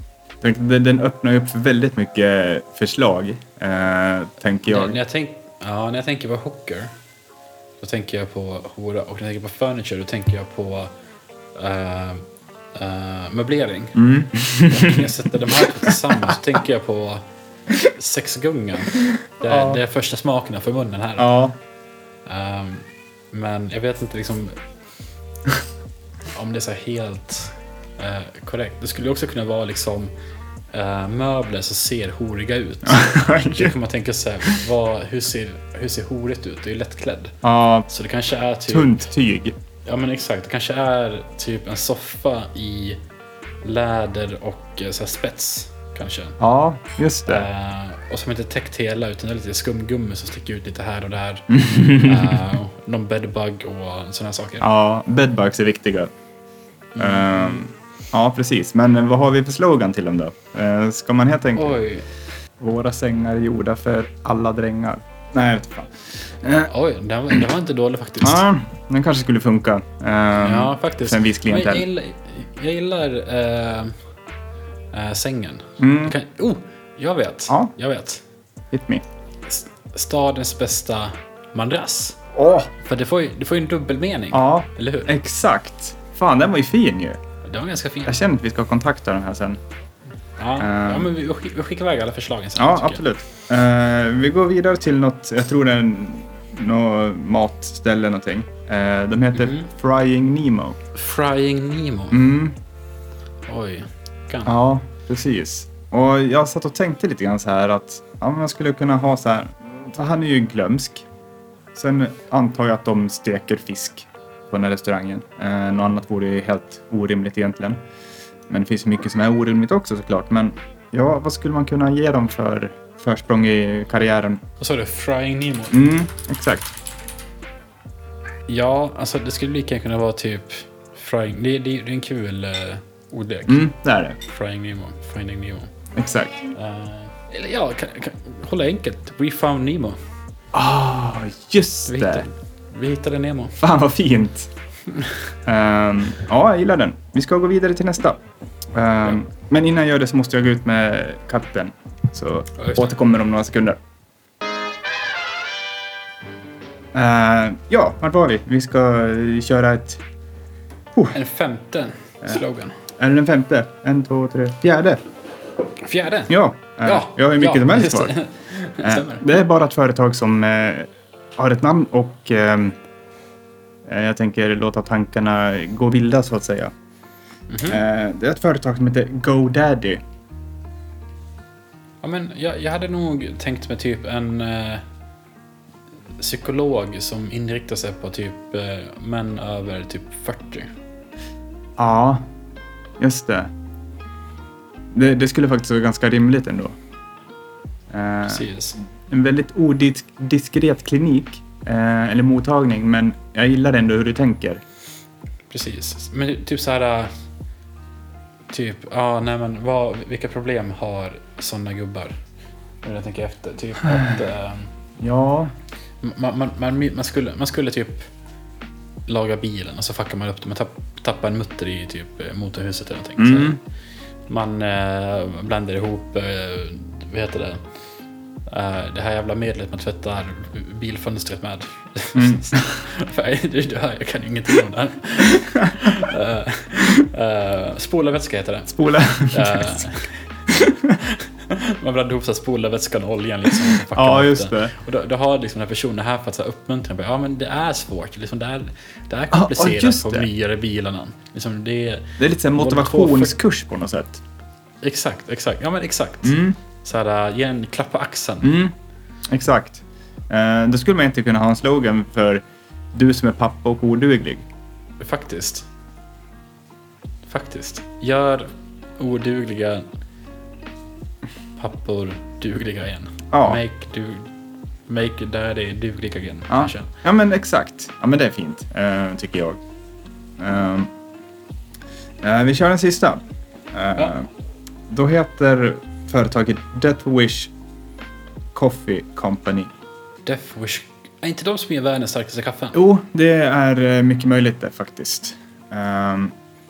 Den öppnar upp för väldigt mycket förslag, uh, tänker jag. När jag, tänk, ja, när jag tänker på Hooker, då tänker jag på hora, och när jag tänker på furniture, då tänker jag på uh, uh, möblering. Mm. Och när jag sätter de här två tillsammans så tänker jag på sexgungan. Det är, ja. det är första smakerna för munnen här. Ja. Um, men jag vet inte liksom om det är så här helt uh, korrekt. Det skulle också kunna vara liksom uh, möbler som ser horiga ut. Det kan man tänka sig, vad, hur, ser, hur ser horigt ut? Det är ju lättklädd. Ja, så det kanske är typ... tunt tyg. Ja, men exakt. Det kanske är typ en soffa i läder och så här spets, kanske. Ja, just det. Uh, och som inte täckt hela, utan det är lite skumgummi som sticker ut lite här och där. uh, någon bedbug och sådana saker. Ja, bedbugs är viktiga. Mm. Um, ja, precis. Men vad har vi för slogan till dem då? Uh, ska man helt enkelt... Oj. Våra sängar är gjorda för alla drängar. Nej, jag vet inte fan. Uh, Oj, det var, det var inte dåligt faktiskt. Ja, den kanske skulle funka. Um, ja, faktiskt. För en viss klientel. Jag gillar, jag gillar uh, uh, sängen. Mm. Kan, oh, jag vet. Ja. Jag vet. Hit me. Stadens bästa madrass. Åh! Oh. För det får ju, det får ju en dubbelmening. Ja, eller hur? Exakt. Fan, den var ju fin ju. Den var ganska fin. Jag känner att vi ska kontakta den här sen. Ja, uh, ja men vi, vi skickar iväg alla förslagen sen. Ja, absolut. Uh, vi går vidare till något, jag tror det är något matställe någonting. Uh, de heter mm. Frying Nemo. Frying Nemo? Mm. Oj. Kan. Ja, precis. Och jag satt och tänkte lite grann så här att ja, man skulle kunna ha så här, för han är ju glömsk. Sen antar jag att de steker fisk på den här restaurangen. Uh, något annat vore ju helt orimligt egentligen. Men det finns ju mycket som är orimligt också såklart. Men ja, vad skulle man kunna ge dem för försprång i karriären? Vad sa du? Frying Nemo? Mm, exakt. Ja, alltså det skulle lika kunna vara typ frying. Det, det, det är en kul uh, ordlek. Mm, det är det. Frying Nemo. Finding Nemo. Exakt. Uh, eller ja, kan, kan, hålla enkelt. We found Nemo. Ah, just vi det. Hittade, vi hittade Nemo. Fan vad fint. um, ja, jag gillar den. Vi ska gå vidare till nästa. Um, ja. Men innan jag gör det så måste jag gå ut med katten. Så ja, återkommer om några sekunder. Uh, ja, vart var vi? Vi ska köra ett... Uh. En femte slogan. Uh, är det den femte? En, två, tre, fjärde. Fjärde? Ja. Uh, ja. Jag har mycket ja, som helst kvar. uh, det är bara ett företag som uh, har ett namn och uh, jag tänker låta tankarna gå vilda så att säga. Mm-hmm. Uh, det är ett företag som heter GoDaddy. Ja, men jag, jag hade nog tänkt mig typ en uh, psykolog som inriktar sig på typ uh, män över typ fyrtio. Ja, just det. Det, det skulle faktiskt vara ganska rimligt ändå. Uh, Precis. En väldigt odiskret klinik, uh, eller mottagning, men jag gillar ändå hur du tänker. Precis. Men typ så här... Typ, ja, ah, nej men vad, vilka problem har sådana gubbar? När jag tänker efter. Typ att... Uh, ja. Man, man, man, man, skulle, man skulle typ laga bilen och så fuckar man upp det. Man tapp, tappar en mutter i typ motorhuset eller någonting. Mm. Så man uh, blandar ihop, uh, vad heter det? Uh, det här jävla medlet man tvättar bilfönstret med. Mm. du, du hör, jag kan ingenting om det här. uh, uh, spolarvätska heter det. Spolarvätska. Uh, man blandar ihop så spolarvätskan och oljan liksom. Ja, just det. Och då, då har liksom den här personen här för att så här, uppmuntra mig. Ja, men det är svårt. Liksom, det, är, det är komplicerat ah, på nyare bilarna. Liksom, det, det är lite en motivationskurs på något sätt. Exakt, exakt. Ja, men exakt. Mm. Så här, ge en klapp på axeln. Mm. Exakt. Uh, då skulle man inte kunna ha en slogan för du som är pappa och oduglig. Faktiskt. Faktiskt. Gör odugliga pappor dugliga igen. Ja. Make, du, make daddy dugliga igen. Ja. ja, men exakt. Ja, men det är fint, uh, tycker jag. Uh, uh, vi kör den sista. Uh, ja. Då heter företaget Death Wish Coffee Company. Death Wish. Är inte de som ger världens starkaste kaffe? Jo, det är mycket möjligt det faktiskt. Um,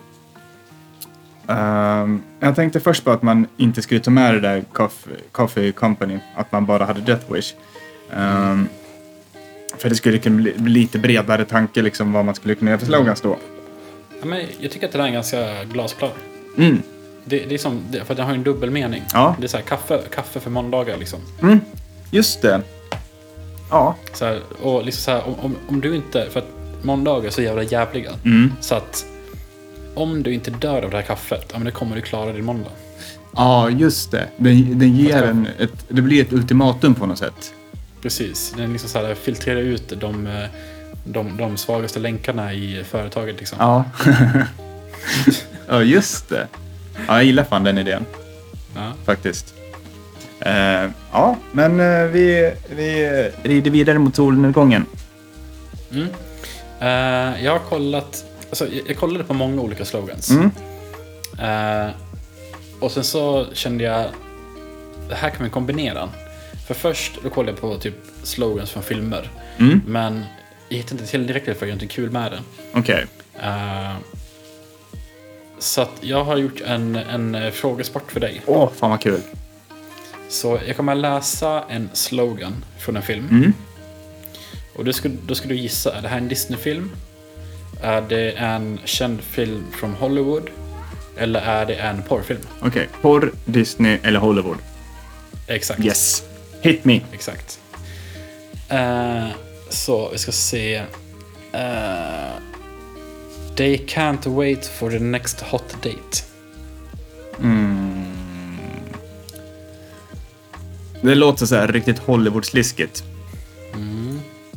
um, jag tänkte först på att man inte skulle ta med det där coffee, coffee Company. Att man bara hade Death Wish. Um, mm. För det skulle kunna bli lite bredare tanke liksom vad man skulle kunna göra för slogans då. Ja, men jag tycker att det där är ganska glasklar. Mm. Det, det är som, det, för det har ju en dubbel mening. Ja. Det är så här, kaffe, kaffe för måndagar liksom. Mm. Just det. Ja. Så här, och liksom så här, om, om, om du inte, för att måndagar är så jävla jävliga. Mm. Så att om du inte dör av det här kaffet, ja, men det kommer du klara din måndag. Ja, just det. Den, den ger en ett, det blir ett ultimatum på något sätt. Precis. Den liksom så här filtrerar ut de, de, de svagaste länkarna i företaget liksom. Ja. Ja, just det. Ja, jag gillar fan den idén. Ja. Faktiskt. Uh, ja, men uh, vi, vi rider vidare mot solnedgången. Mm. Uh, jag har kollat, alltså, jag, jag kollade på många olika slogans. Mm. Uh, och sen så kände jag, det här kan vi kombinera. För först då kollade jag på typ slogans från filmer. Mm. Men jag hittade inte tillräckligt för att göra något kul med det. Okej. Okay. Uh, så att jag har gjort en, en frågesport för dig. Åh, fan vad kul. Så jag kommer att läsa en slogan från en film. Mm. Och då ska, då ska du gissa, är det här en Disney-film? Är det en känd film från Hollywood? Eller är det en porrfilm? Okej, okay. Porr, Disney eller Hollywood? Exakt. Yes, hit me. Exakt. Uh, så vi ska se. Uh, They can't wait for the next hot date. Mm. Det låter så här riktigt Hollywood-sliskigt. Mm.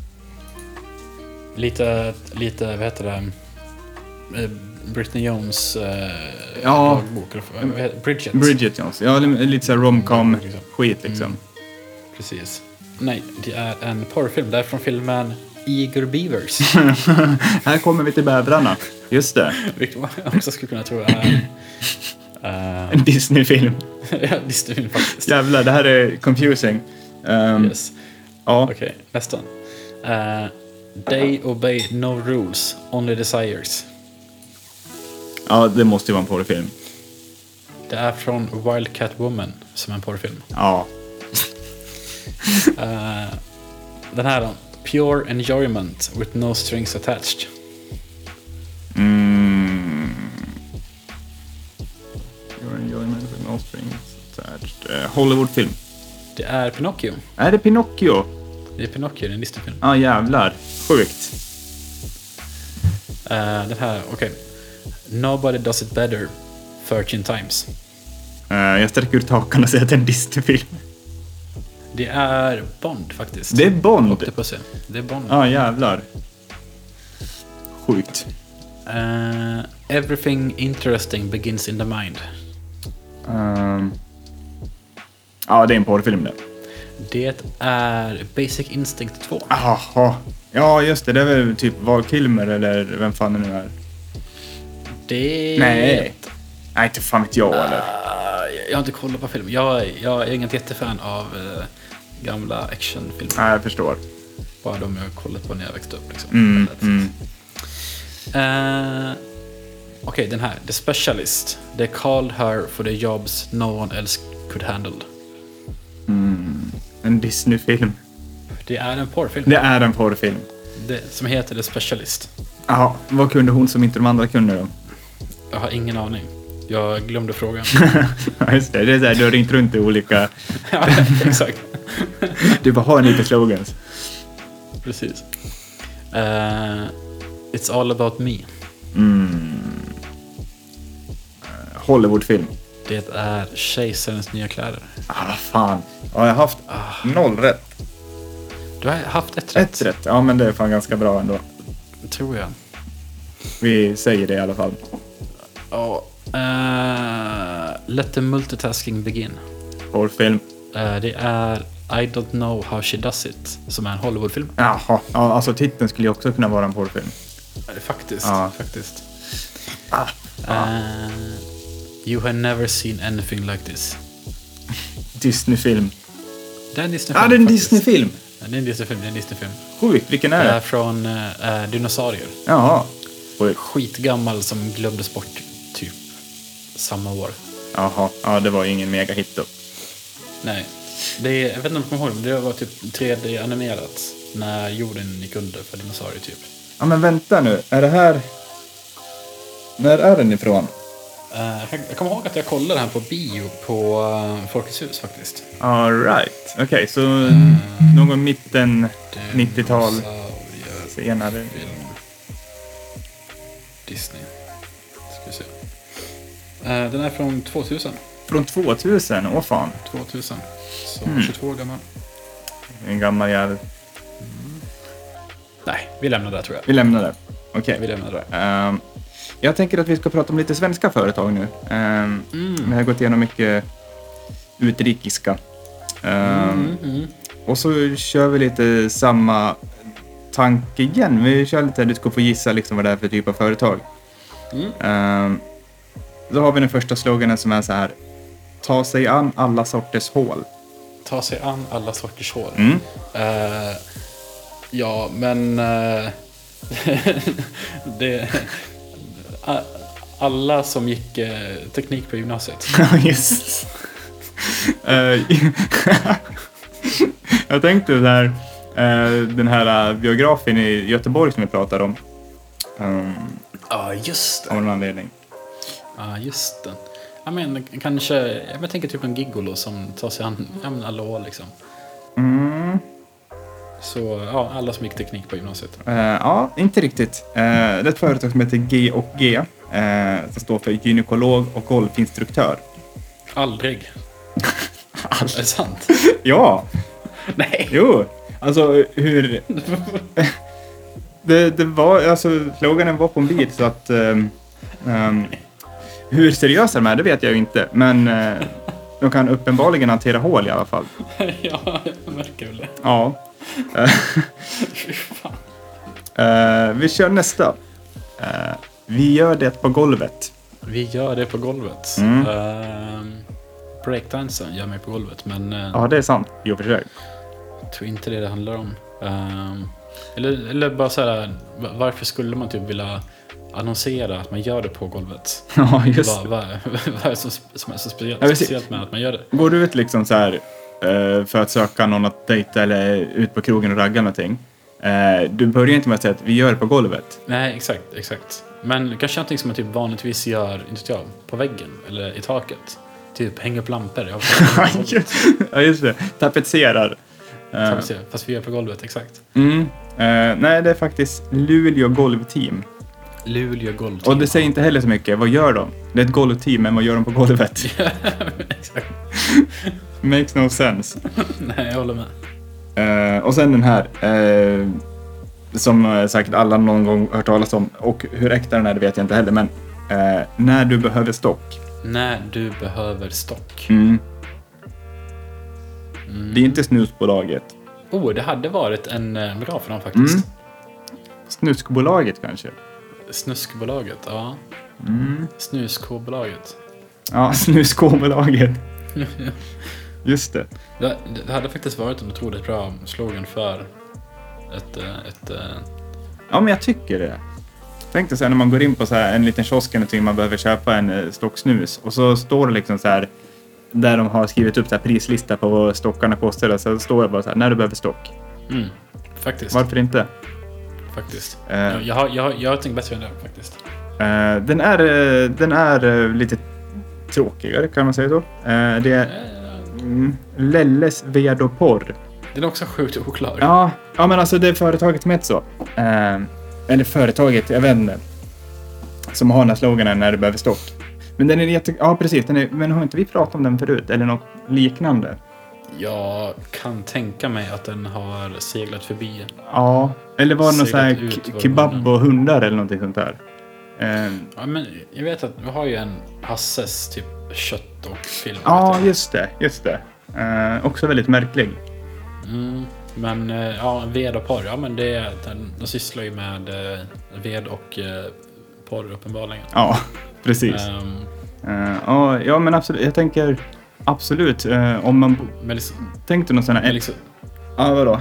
Lite, lite, vad heter det? Britney Jones uh, ja. dagbok. Bridget. Bridget Jones. Ja, lite så här rom-com-skit liksom. Mm. Precis. Nej, det är en porrfilm. Det är från filmen Eager Beavers. Här kommer vi till bävrarna. Just det. Vilket man också skulle kunna tro är uh, en Disney-film. Ja, Disney-film faktiskt. Jävlar, det här är confusing. Um, yes. Ja. Okej, okay, nästan. Uh, they obey no rules, only desires. Ja, det måste ju vara en porrfilm. Det är från Wildcat Woman, som är en porrfilm. Ja. uh, den här då. Pure enjoyment with no strings attached. Mm. Pure enjoyment with no strings attached. Uh, Hollywoodfilm. Det är Pinocchio. Är det Pinocchio? Det är Pinocchio, det är en Disney-film. Ja, ah, jävlar. Sjukt. Uh, den här, okej. Okay. Nobody does it better. thirteen times. Uh, jag sträcker ut hakan och säger att det är en Disney-film. Det är Bond faktiskt. Det är Bond? Octopussy. Det är Bond. Ja, ah, jävlar. Sjukt. Uh, everything interesting begins in the mind. Um. Ja, det är en porrfilm det. Det är Basic Instinct två. Jaha. Ja, just det. Det är väl typ Val Kilmer eller vem fan det nu är. Det... Nej. Nej, inte fan vet jag, uh, eller? Jag har inte kollat på film. Jag, jag är ingen jättefan av uh, gamla actionfilmer. Nej, jag förstår. Bara de jag har kollat på när jag växte upp. Liksom. Mm, mm. Uh, Okej, okay, den här. The Specialist. They called her for the jobs no one else could handle. Mm. En Disney-film. Det är en porrfilm. Det är en porrfilm. Det, som heter The Specialist. Jaha, vad kunde hon som inte de andra kunde då? Jag har ingen aning. Jag glömde frågan. Ja, just det. Det är så här, du har ringt runt i olika... Ja, exakt. Du bara har en liten slogans. Precis. Uh, it's all about me. Mm. Hollywoodfilm. Det är Kejsarens nya kläder. Ah, fan. Ja, jag har haft ah. noll rätt. Du har haft ett rätt. Ett rätt. Ja, men det är fan ganska bra ändå. Tror jag. Vi säger det i alla fall. Oh, uh, let the multitasking begin. Porrfilm. Uh, det är I don't know how she does it, som är en Hollywoodfilm. Jaha, ja, alltså titeln skulle ju också kunna vara en porrfilm. Faktiskt, ja. faktiskt. Ah. Uh, you have never seen anything like this. Disney-film. Det är en Disney-film. Ja, det är en Disney-film. Ja, det är en Disney-film, det är en Disney-film. Sjukt, vilken är det? Det är från uh, dinosaurier. Jaha. Sjukt. Skitgammal som glömdes bort typ samma år. Jaha, ja, det var ju ingen mega hit då. Nej. Det är, jag vet inte om jag kommer ihåg, det var typ tre D-animerat när jorden gick under för dinosaurier typ. Ja, men vänta nu. Är det här... När är den ifrån? Uh, jag kommer ihåg att jag kollade den här på bio på uh, Folkets hus faktiskt. All right. Okej, okay, så mm. någon mitten nittiotal senare. Film. Disney. Ska vi se. Uh, den är från tvåtusen. Från tvåtusen? Åh fan. tvåtusen. Så mm. tjugotvå år gammal. En gammal jävel. Mm. Nej, vi lämnar det tror jag. Vi lämnar det. Okej. Okay. Vi lämnar det. Um, jag tänker att vi ska prata om lite svenska företag nu. Um, mm. Vi har gått igenom mycket utrikiska. Um, mm, mm. Och så kör vi lite samma tanke igen. Vi kör lite, du ska få gissa liksom vad det är för typ av företag. Mm. Um, då har vi den första sloganen som är så här: ta sig an alla sorters hål. Ta sig an alla sorters hål. Mm. Uh, ja, men uh, det alla som gick uh, teknik på gymnasiet. Ja, just. uh, jag tänkte där uh, den här uh, biografen i Göteborg som vi pratade om. Um, ja, just det. Av en anledning. Ja, just det. Jag menar, kanske, jag tänker typ en gigolo som tar sig an, ja men alla liksom. Mm. Så, ja, alla som gick teknik på gymnasiet. Uh, ja, inte riktigt. Uh, det är ett företag som heter G och G. Uh, som står för gynekolog och golfinstruktör. Aldrig. Aldrig. Är det sant? Ja. Nej. Jo. Alltså, hur... det, det var, alltså, sloganen var på en bit så att... Um, um, hur seriösa de är, det vet jag ju inte. Men uh, de kan uppenbarligen hantera hål i alla fall. Ja, jag märker väl det. Ja. Fy fan. Uh, vi kör nästa. Uh, vi gör det på golvet. Vi gör det på golvet. Mm. Uh, breakdansen gör mig på golvet, men... Uh, ja, det är sant. Jo, för sig. Jag tror inte det det handlar om. Uh, Eller, eller bara så här, varför skulle man typ vilja annonsera att man gör det på golvet? Ja, just vad, vad, vad är det som, som är så speciellt, ja, speciellt med att man gör det? Går du ut liksom så här för att söka någon att dejta eller ut på krogen och ragga någonting? Du börjar inte med att säga att vi gör det på golvet. Nej, exakt, exakt. Men kanske någonting som man typ vanligtvis gör, inte jag, på väggen eller i taket. Typ hänga upp lampor. Ja, just det. Tapetserar. Tapetserar, fast vi gör på golvet, exakt. Mm. Uh, nej, det är faktiskt Luleå golvteam. Luleå golvteam. Och det säger inte heller så mycket. Vad gör de? Det är ett golvteam, men vad gör de på golvet? Exakt. Makes no sense. Nej, jag håller med. Uh, och sen den här. Uh, som säkert alla någon gång hört talas om. Och hur äkta den är, det vet jag inte heller. Men uh, när du behöver stock. När du behöver stock. Mm. Mm. Det är inte snusbolaget. Oh, det hade varit en bra för dem faktiskt. Mm. Snuskbolaget kanske. Snuskbolaget, ja. Mm. Snuskbolaget. Ja, snuskbolaget. Just det. det. Det hade faktiskt varit en otroligt bra slogan för ett... ett ja, men jag tycker det. Tänk dig så här, när man går in på så här en liten kiosk eller någonting, man behöver köpa en stock snus. Och så står det liksom så här, där de har skrivit upp så här prislista på vad stockarna kostar. Så står det bara så här, när du behöver stock. Mm, faktiskt. Varför inte? Faktiskt. Uh, jag, jag, har, jag, har, jag har tänkt bättre än det faktiskt. Uh, den är, uh, den är uh, lite tråkigare, kan man säga så. Uh, det är mm, Lelles ved och porr. Den är också sjukt oklar. Ja, ja, men alltså det är företaget som heter så. Uh, eller företaget, jag vet inte. Som har den här sloganen när du behöver stock. Men den är jätte... Ja, precis. Den är... Men har inte vi pratat om den förut? Eller något liknande? Jag kan tänka mig att den har seglat förbi. Ja, eller var det någon sån här k- kebab och hundar eller någonting sånt där? Uh... Ja, men jag vet att vi har ju en Hasses typ kött och film. Ja, just det. Just det. Uh, också väldigt märklig. Mm, men ja, ved och porr. Ja, men det är... Den, de sysslar ju med uh, ved och uh, porr uppenbarligen. Ja, precis. Um, uh, ja, ja, men absolut. Jag tänker absolut uh, om man men liksom, tänkte någon sån här... Liksom, ja, vadå?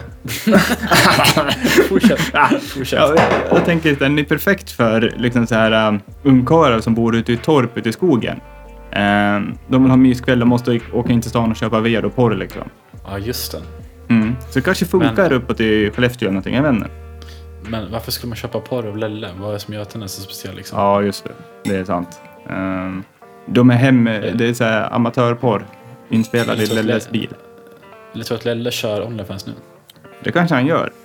Fortsätt. Ah, fortsätt. Ja, jag, jag tänker att den är perfekt för liksom så här um, ungkarlar som bor ute i torp ute i skogen. Um, de vill ha myskväll och måste åka in till stan och köpa ved och porr liksom. Ja, just det. Mm. Så det kanske funkar men, uppåt i Skellefteå eller någonting, jag vet inte. Men varför skulle man köpa porr av Lelle? Vad är det som gör att den är så speciell liksom? Ja, just det. Det är sant. Um, de är hem, det är så här amatörporr inspelad i Lelles bil. Jag tror att Lelle kör OnlyFans nu. Det kanske han gör.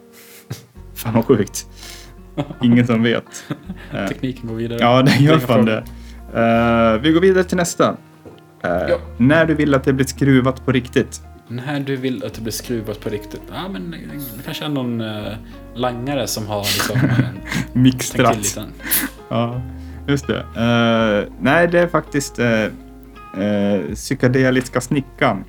Fan vad sjukt. Ingen som vet. Tekniken går vidare. Ja, det gör fan det. Uh, vi går vidare till nästa. Uh, ja. När du vill att det blir skruvat på riktigt. När du vill att det blir skruvat på riktigt. Ja, men det kanske är någon uh, langare som har liksom uh, mixtrat. Lite. Ja, just det. Uh, nej, det är faktiskt uh, uh, psykedeliska snickan.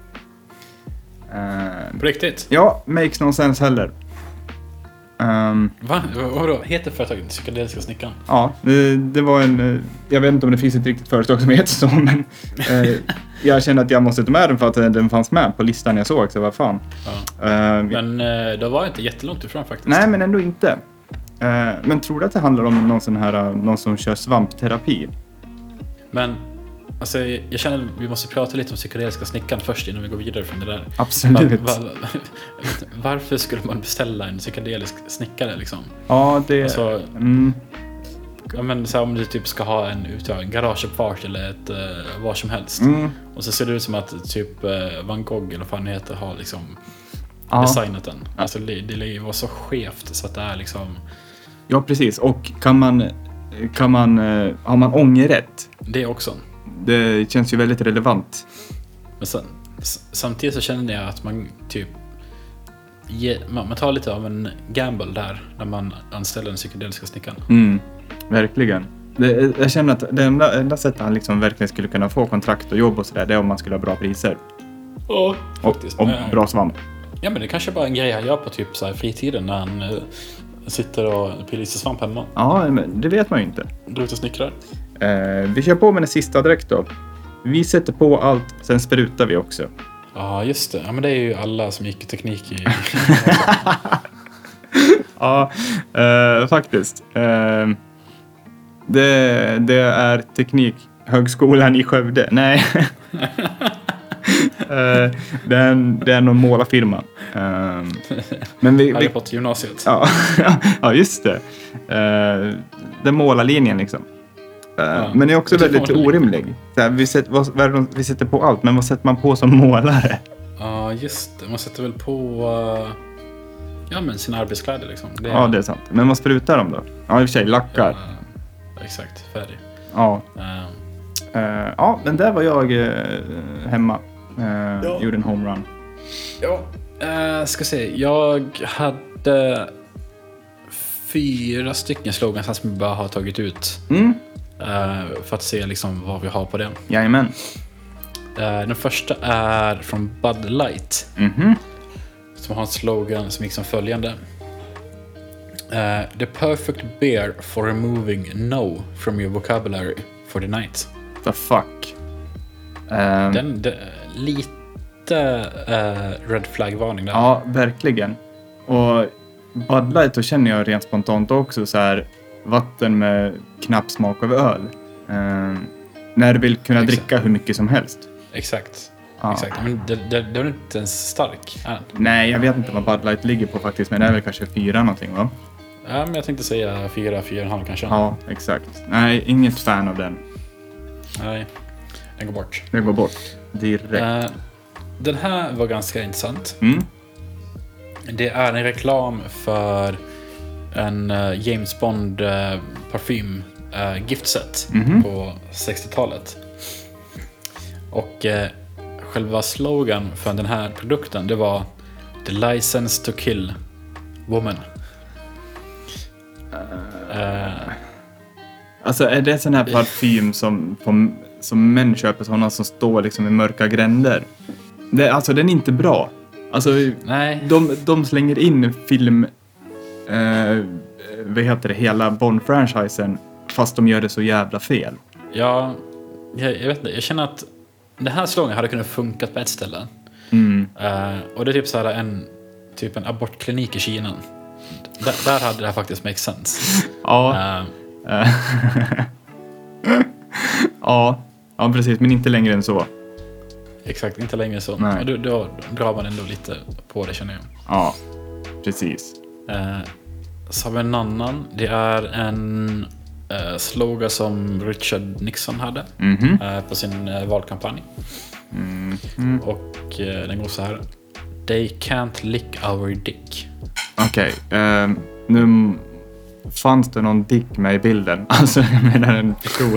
Uh, på riktigt? Ja, makes no sense heller. Um, Va? Vadå? Heter företaget Psykedeliska snickan? Ja, det, det var en... Jag vet inte om det finns ett riktigt företag som heter så, men eh, jag kände att jag måste ta med den för att den fanns med på listan jag såg, så vad fan. Ja. Uh, men eh, det var inte jättelångt ifrån faktiskt. Nej, men ändå inte. Uh, men tror du att det handlar om någon sån här, någon som kör svampterapi? Men... Alltså, jag känner att vi måste prata lite om psykedeliska snickan först innan vi går vidare från det där. Absolut. Var, var, varför skulle man beställa en psykedelisk snickare liksom? Ja, det... Alltså, mm. ja, men så här, om du typ ska ha en, en garageuppfart eller ett uh, var som helst. Mm. Och så ser det ut som att typ uh, Van Gogh eller vad fan heter har liksom ja. designat den. Alltså det, det lär ju vara så skevt så att det är liksom... Ja, precis. Och kan man... Kan man uh, har man ångerrätt? Det också. Det känns ju väldigt relevant. Men sen, samtidigt så känner jag att man typ ge, man, man tar lite av en gamble där när man anställer den psykedeliska snickaren. Mm, verkligen. Det, jag känner att det enda, enda sättet han liksom verkligen skulle kunna få kontrakt och jobb och sådär, det är om man skulle ha bra priser. Ja, faktiskt. Och, och bra svamp. Ja, men det kanske bara är en grej han gör på typ så här fritiden när han uh, sitter och pillar i sig svamp hemma. Ja, men det vet man ju inte. Drar ut och snickrar. Eh, vi kör på med den sista direkt då. Vi sätter på allt, sen sprutar vi också. Ja, just det. Ja, men det är ju alla som gick i teknik i... Ja, uh, faktiskt. Uh, det, det är Teknikhögskolan i Skövde. Nej. uh, det, är en, det är någon målarfirma. Uh, men vi, Harry vi, Potter gymnasiet. Ja, ja, just det. Uh, den målarlinjen liksom. Uh, ja, men det är också väldigt orimlig. Så här, vi, sätter, vad, vi sätter på allt, men vad sätter man på som målare? Ja, just det. Man sätter väl på uh, ja, men sina arbetskläder liksom. Det är... Ja, det är sant. Men vad sprutar de då? Ja, i och för sig, lackar. Uh, exakt, färdig. Ja. Uh. Uh, ja, men där var jag uh, hemma. Uh, ja. Gjorde en homerun. Ja, uh, ska se. Jag hade fyra stycken slogans som vi bara har tagit ut. Mm. Uh, för att se liksom vad vi har på den. Jajamän. Uh, den första är från Bud Light. Mm-hmm. Som har en slogan som gick som följande. Uh, the perfect beer for removing no from your vocabulary for the night. The fuck? Um, den, den, lite uh, red flag-varning där. Ja, verkligen. Och Bud Light, då känner jag rent spontant också så här vatten med knapp smak av öl. Uh, när du vill kunna Exakt. dricka hur mycket som helst. Exakt. Ja. Exakt. Men det, det, det är inte ens stark. Äh. Nej, jag vet inte vad Bud Light ligger på faktiskt. Men det är väl kanske fyra någonting, va? Ja, men jag tänkte säga fyra, fyra och en halv kanske. Ja, exakt. Nej, inget fan av den. Nej, den går bort. Den går bort, direkt. Uh, den här var ganska intressant. Mm. Det är en reklam för en uh, James Bond uh, parfym uh, giftset mm-hmm. på sextiotalet. Och uh, själva slogan för den här produkten, det var The license to kill woman. Uh, alltså är det sån här parfym som, på, som män köper, sådana som står liksom i mörka gränder? Det, alltså den är inte bra. Alltså nej. De, de slänger in film, eh, vad heter det, hela Bond-franchisen, fast de gör det så jävla fel. Ja, jag, jag vet inte, jag känner att det här slogan hade kunnat funka på ett ställe. Mm. Uh, och det är typ så här en, typ en abortklinik i Kina. D- där hade det här faktiskt make sense. Ja. Uh. ja. Ja, precis. Men inte längre än så. Exakt, inte längre än så. Nej. Och då, då drar man ändå lite på det, känner jag. Ja, precis. Uh, så har vi en annan. Det är en uh, slogan som Richard Nixon hade mm-hmm. uh, på sin uh, valkampanj. Mm-hmm. Och uh, den går så här. They can't lick our dick. Okej, okay, uh, nu fanns det någon dick med i bilden. Alltså jag menar en person.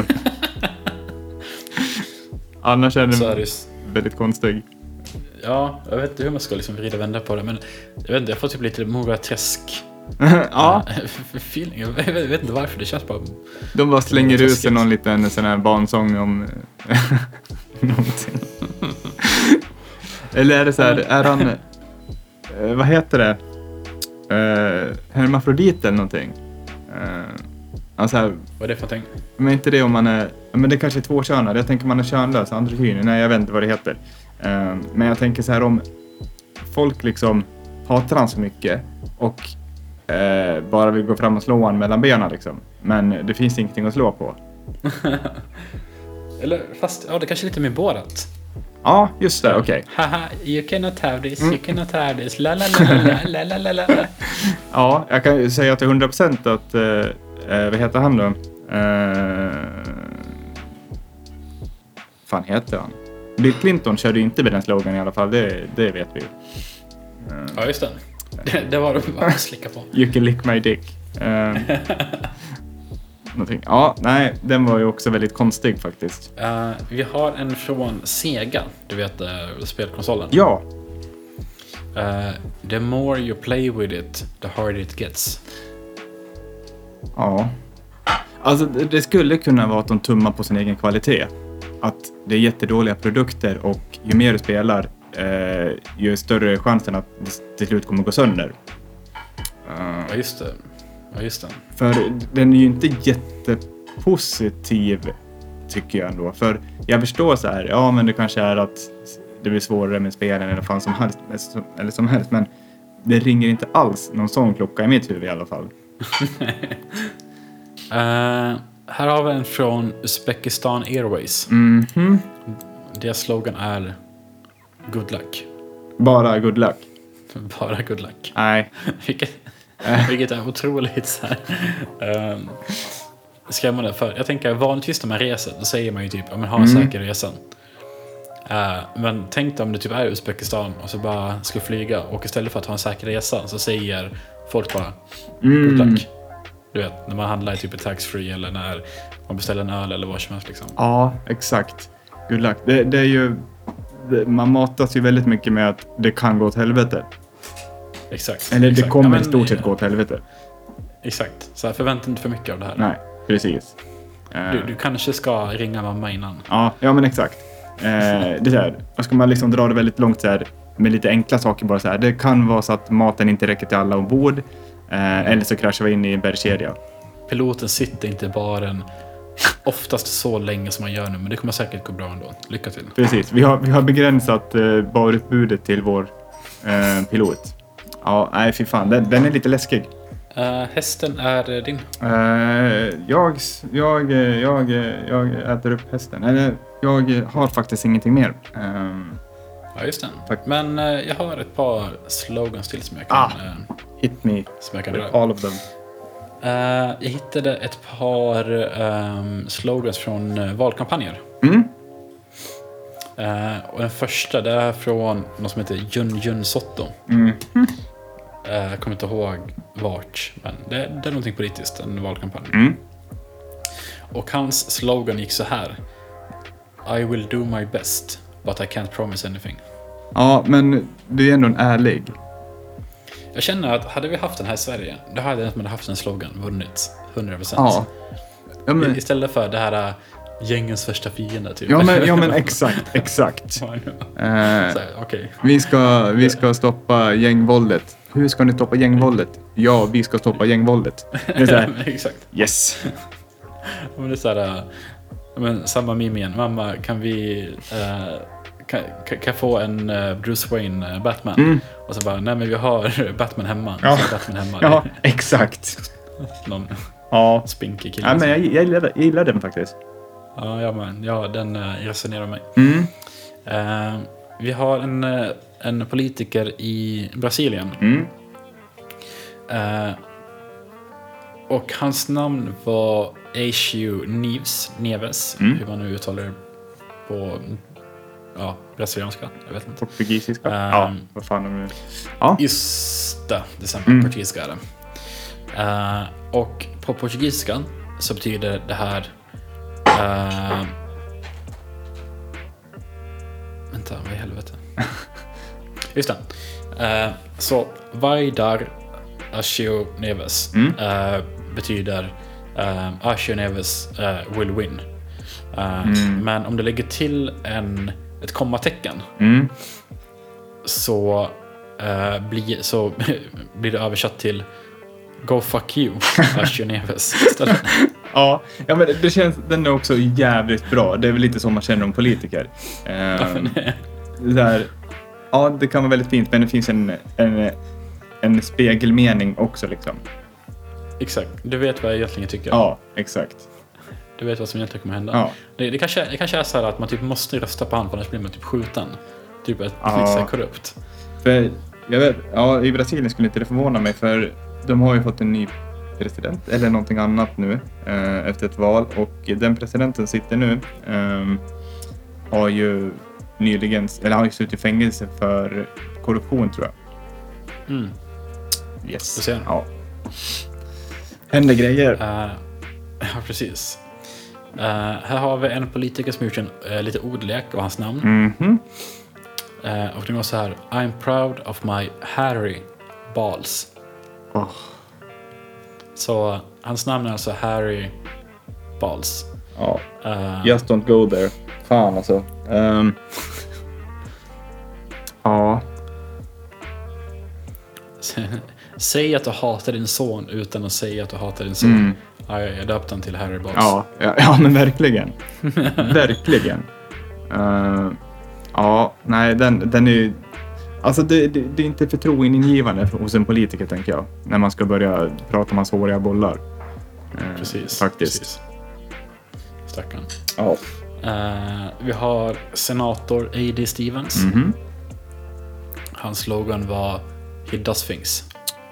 Annars är den är det... väldigt konstig. Ja, jag vet inte hur man ska liksom vrida och vända på det. Men jag vet inte, jag får typ lite Mora Träsk. Ja. Feeling. Jag vet, jag vet inte varför, det känns bara... De bara slänger ut sig någon liten sån här barnsång om någonting. Eller är det så här, är han... Eh, vad heter det? Eh, hermafrodit eller någonting. Eh, alltså här, vad är det för någonting? Men inte det om man är... Men det kanske är tvåkönad. Jag tänker man är könlös, androgyn. Nej, jag vet inte vad det heter. Eh, men jag tänker så här, om folk liksom hatar han så mycket och eh, bara vill gå fram och slå han mellan benen liksom. Men det finns ingenting att slå på. Eller fast, ja, det kanske är lite mer Borat. Ja, just det, okej. Okay. Haha, you cannot have this, you cannot have this, la la la la la la la la. Ja, jag kan ju säga till hundra procent att, eh, vad heter han då? Eh, fan heter han? Bill Clinton körde ju inte med den slogan i alla fall, det, det vet vi ju. Eh, ja, just det. Det, det var det bara att slicka på. You can lick my dick. Eh, någonting. Ja, nej, den var ju också väldigt konstig faktiskt. Uh, vi har en från Sega, du vet, uh, spelkonsolen. Ja. Uh, the more you play with it, the harder it gets. Ja. Alltså det, det skulle kunna vara att de tummar på sin egen kvalitet. Att det är jättedåliga produkter och ju mer du spelar, uh, ju större chansen att det till slut kommer gå sönder. Uh, ja, just det. Ja, just det. För den är ju inte jättepositiv tycker jag ändå. För jag förstår så här, ja men det kanske är att det blir svårare med spelen eller fan som helst, eller som helst. Men det ringer inte alls någon sån klocka i mitt huvud i alla fall. uh, här har vi en från Uzbekistan Airways. Mm-hmm. Deras slogan är good luck. Bara good luck? Bara good luck. Nej. vilket, vilket är otroligt så här. Um, skrämmande. För jag tänker vanligtvis när man reser, då säger man ju typ ja, men ha en mm. säker resa. Uh, men tänk om det typ är Uzbekistan och så bara ska flyga och istället för att ha en säker resa så säger folk bara mm. good luck. Du vet, när man handlar i typ ett taxfree eller när man beställer en öl eller vad som helst liksom. Ja, exakt. Good luck. Det, det är ju det, man matas ju väldigt mycket med att det kan gå åt helvete. Exakt. Eller exakt. det kommer ja, men, i stort sett gå åt helvete. Exakt. Så förvänta inte för mycket av det här. Nej, precis. Du, du kanske ska ringa mamma innan. Ja, ja men exakt. Eh, det är så här, och ska man liksom dra det väldigt långt så här, med lite enkla saker bara så här. Det kan vara så att maten inte räcker till alla ombord. Eh, eller så kraschar vi in i en bergskedja. Piloten sitter inte i baren oftast så länge som man gör nu, men det kommer säkert gå bra ändå. Lycka till. Precis, vi har, vi har begränsat eh, barutbudet till vår eh, pilot. Ja, nej fy fan, den, den är lite läskig. Uh, hästen är din. Uh, jag, jag, jag, jag äter upp hästen. Eller, jag har faktiskt ingenting mer. Um, ja, just det. Tack. Men uh, jag har ett par slogans till som jag kan... Ah, uh, hit me. Som jag kan dra. All of them. Uh, jag hittade ett par um, slogans från uh, valkampanjer. Mm. Uh, och den första det är från något som heter Jun Jun Sotto. Mm. Jag uh, kommer inte ihåg vart, men det, det är någonting politiskt, en valkampanj. Mm. Och hans slogan gick så här: I will do my best, but I can't promise anything. Ja, men du är ändå en ärlig. Jag känner att hade vi haft den här i Sverige, då hade jag inte haft en slogan vunnit hundra procent. Ja. Ja, men... Istället för det här gängens första fiende typ. Ja men, ja, men exakt, exakt. Så, eh, okay. vi, ska, vi ska stoppa gängvåldet. Hur ska ni stoppa gängvåldet? Ja, vi ska stoppa gängvåldet. Det är så här, exakt. Yes. Men det är så här, men samma meme igen. Mamma, kan vi uh, kan, kan jag få en uh, Bruce Wayne uh, Batman? Mm. Och så bara, nej men vi har Batman hemma. Ja, så Batman hemma. Ja exakt. Någon ja. spinkig kille. Ja, men jag, jag, gillar, jag gillar den faktiskt. Ja, ja, men, ja den uh, resonerar mig. Mm. Uh, vi har en, uh, en politiker i Brasilien. Mm. Uh, och hans namn var Aécio Neves, Neves mm. hur man nu uttalar det på ja, brasilianska, jag vet inte. Portugisiska? Uh, ja, vad fan är det? Ja. Just det, det stämmer, mm. portugisiska är det. Uh, och på portugisiska så betyder det här uh, vänta, vad i helvete? Just det. Uh, så Vaidar Aécio Neves mm. uh, betyder uh, Aécio Neves uh, will win. Uh, mm. Men om du lägger till en, ett kommatecken mm. så, uh, blir, så blir det översatt till Go fuck you, Aécio Neves istället. Ja, ja, men det känns, den är också jävligt bra. Det är väl lite som man känner om politiker. Um, det här, ja, det kan vara väldigt fint, men det finns en, en, en spegelmening också liksom. Exakt, du vet vad jag egentligen tycker. Ja, exakt. Du vet vad som egentligen kommer hända. Ja. Det, det, kanske, det kanske är så här att man typ måste rösta på han, för annars blir man typ skjuten. Typ ett ja. lite så här korrupt. För jag vet, ja, i Brasilien skulle inte det förvåna mig, för de har ju fått en ny president eller någonting annat nu eh, efter ett val, och den presidenten sitter nu eh, har ju nyligen, eller har ju suttit i fängelse för korruption, tror jag. Mm. Yes. Du ser. Ja. Händer grejer. Uh, ja, precis. Uh, här har vi en politiker som gjort en uh, lite ordlek av hans namn. Mm-hmm. Uh, och det går så här: I'm proud of my Harry Balls. Oh. Så hans namn är alltså Harry Balls. Ja. Uh, Just don't go there. Fan alltså. Um. Ja. Säg att du hatar din son utan att säga att du hatar din son. Mm. Ja, jag döpte han till Harry Balls. Ja, ja, ja men verkligen. Verkligen. Uh, ja, nej, den, den är ju... Alltså det, det, det är inte förtroendeingivande hos en politiker, tänker jag. När man ska börja prata om hans håriga bollar. Eh, Precis. Faktiskt. Precis. Stackarn. Ja. Uh, vi har senator A D Stevens. Mm-hmm. Hans slogan var He does things.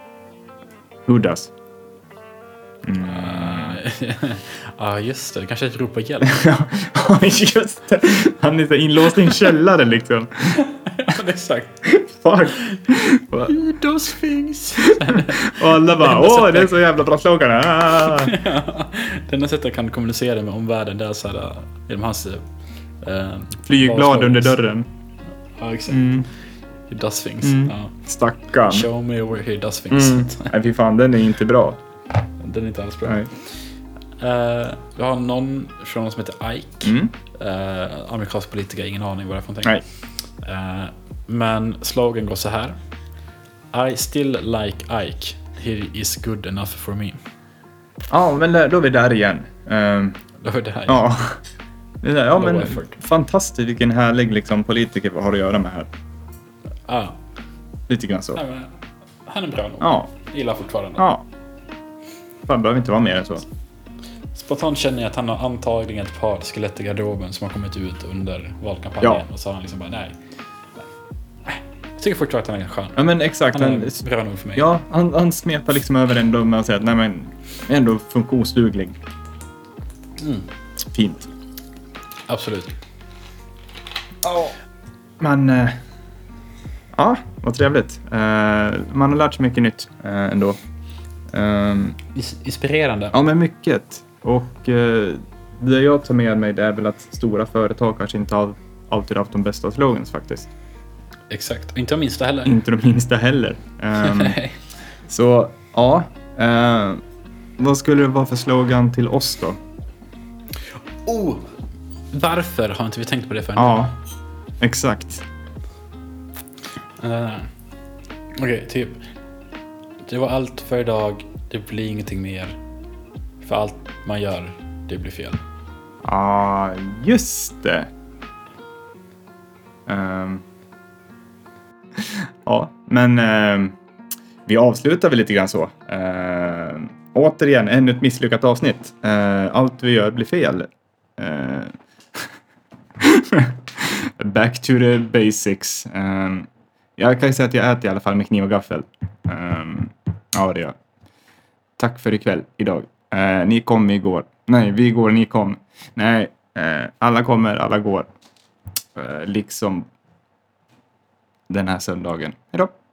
Who does? Mm. Uh, ja, just det. Det kanske är ett rop på hjälp. Ja, just det. Han är så inlåst i en källare liksom. Ja, exakt. Fuck. He does things. Och alla bara, åh, det är så jävla bra slogan. Ah. Ja, det enda sättet jag kan kommunicera med omvärlden, det är så här, genom hans... Uh, Flygblad under dörren. Ja, exakt. Mm. He does things. Mm. Ja. Stackarn. Show me where he does things. Mm. Nej, fy fan, den är inte bra. Den är inte alls bra. Nej. Uh, vi har någon från som heter Ike. Mm. Uh, amerikansk politiker, ingen aning vad det är för någonting. Nej. Uh, men slogan går så här. I still like Ike. He is good enough for me. Ja, men där, då är vi där igen. Um, Då är det här. ja. Det där, ja, men effort. fantastiskt vilken härlig liksom, politiker vi har att göra med här. Ah. Lite grann så. Nej, men, han är bra nog. Ja. Jag gillar fortfarande. Ja. Fan, behöver inte vara mer än så. Spontant känner jag att han har antagligen ett par skelett i garderoben som har kommit ut under valkampanjen. Ja. Och så har han liksom bara, nej. nej. Jag tycker fortfarande att han är skön. Ja, men exakt. Han är Han, bra nog för mig. ja, han, han smetar liksom över ändå med att säga att nej, men ändå funktionsduglig. Mm. Fint. Absolut. Ja. Men... Eh, ja, vad trevligt. Eh, man har lärt sig mycket nytt eh, ändå. Um, Inspirerande. Ja, men mycket. Och eh, det jag tar med mig, det är väl att stora företag kanske inte all, alltid haft de bästa slogans faktiskt. Exakt. Inte de minsta heller. Inte de minsta heller. Um, så, ja. Uh, vad skulle det vara för slogan till oss då? Oh! Varför har inte vi tänkt på det förrän? Ja, exakt. Uh, Okej, okay, typ. Det var allt för idag. Det blir ingenting mer. För allt man gör, det blir fel. Ja, ah, just det. Um, ja, men uh, vi avslutar väl lite grann så. Uh, återigen, ännu ett misslyckat avsnitt. Uh, allt vi gör blir fel. Uh, back to the basics. Um, jag kan ju säga att jag äter i alla fall med kniv och gaffel. Um, ja, det gör jag. Tack för ikväll, idag. Uh, ni kom igår. Nej, vi går, ni kom. Nej, uh, alla kommer, alla går. Uh, liksom den här söndagen. Hej då.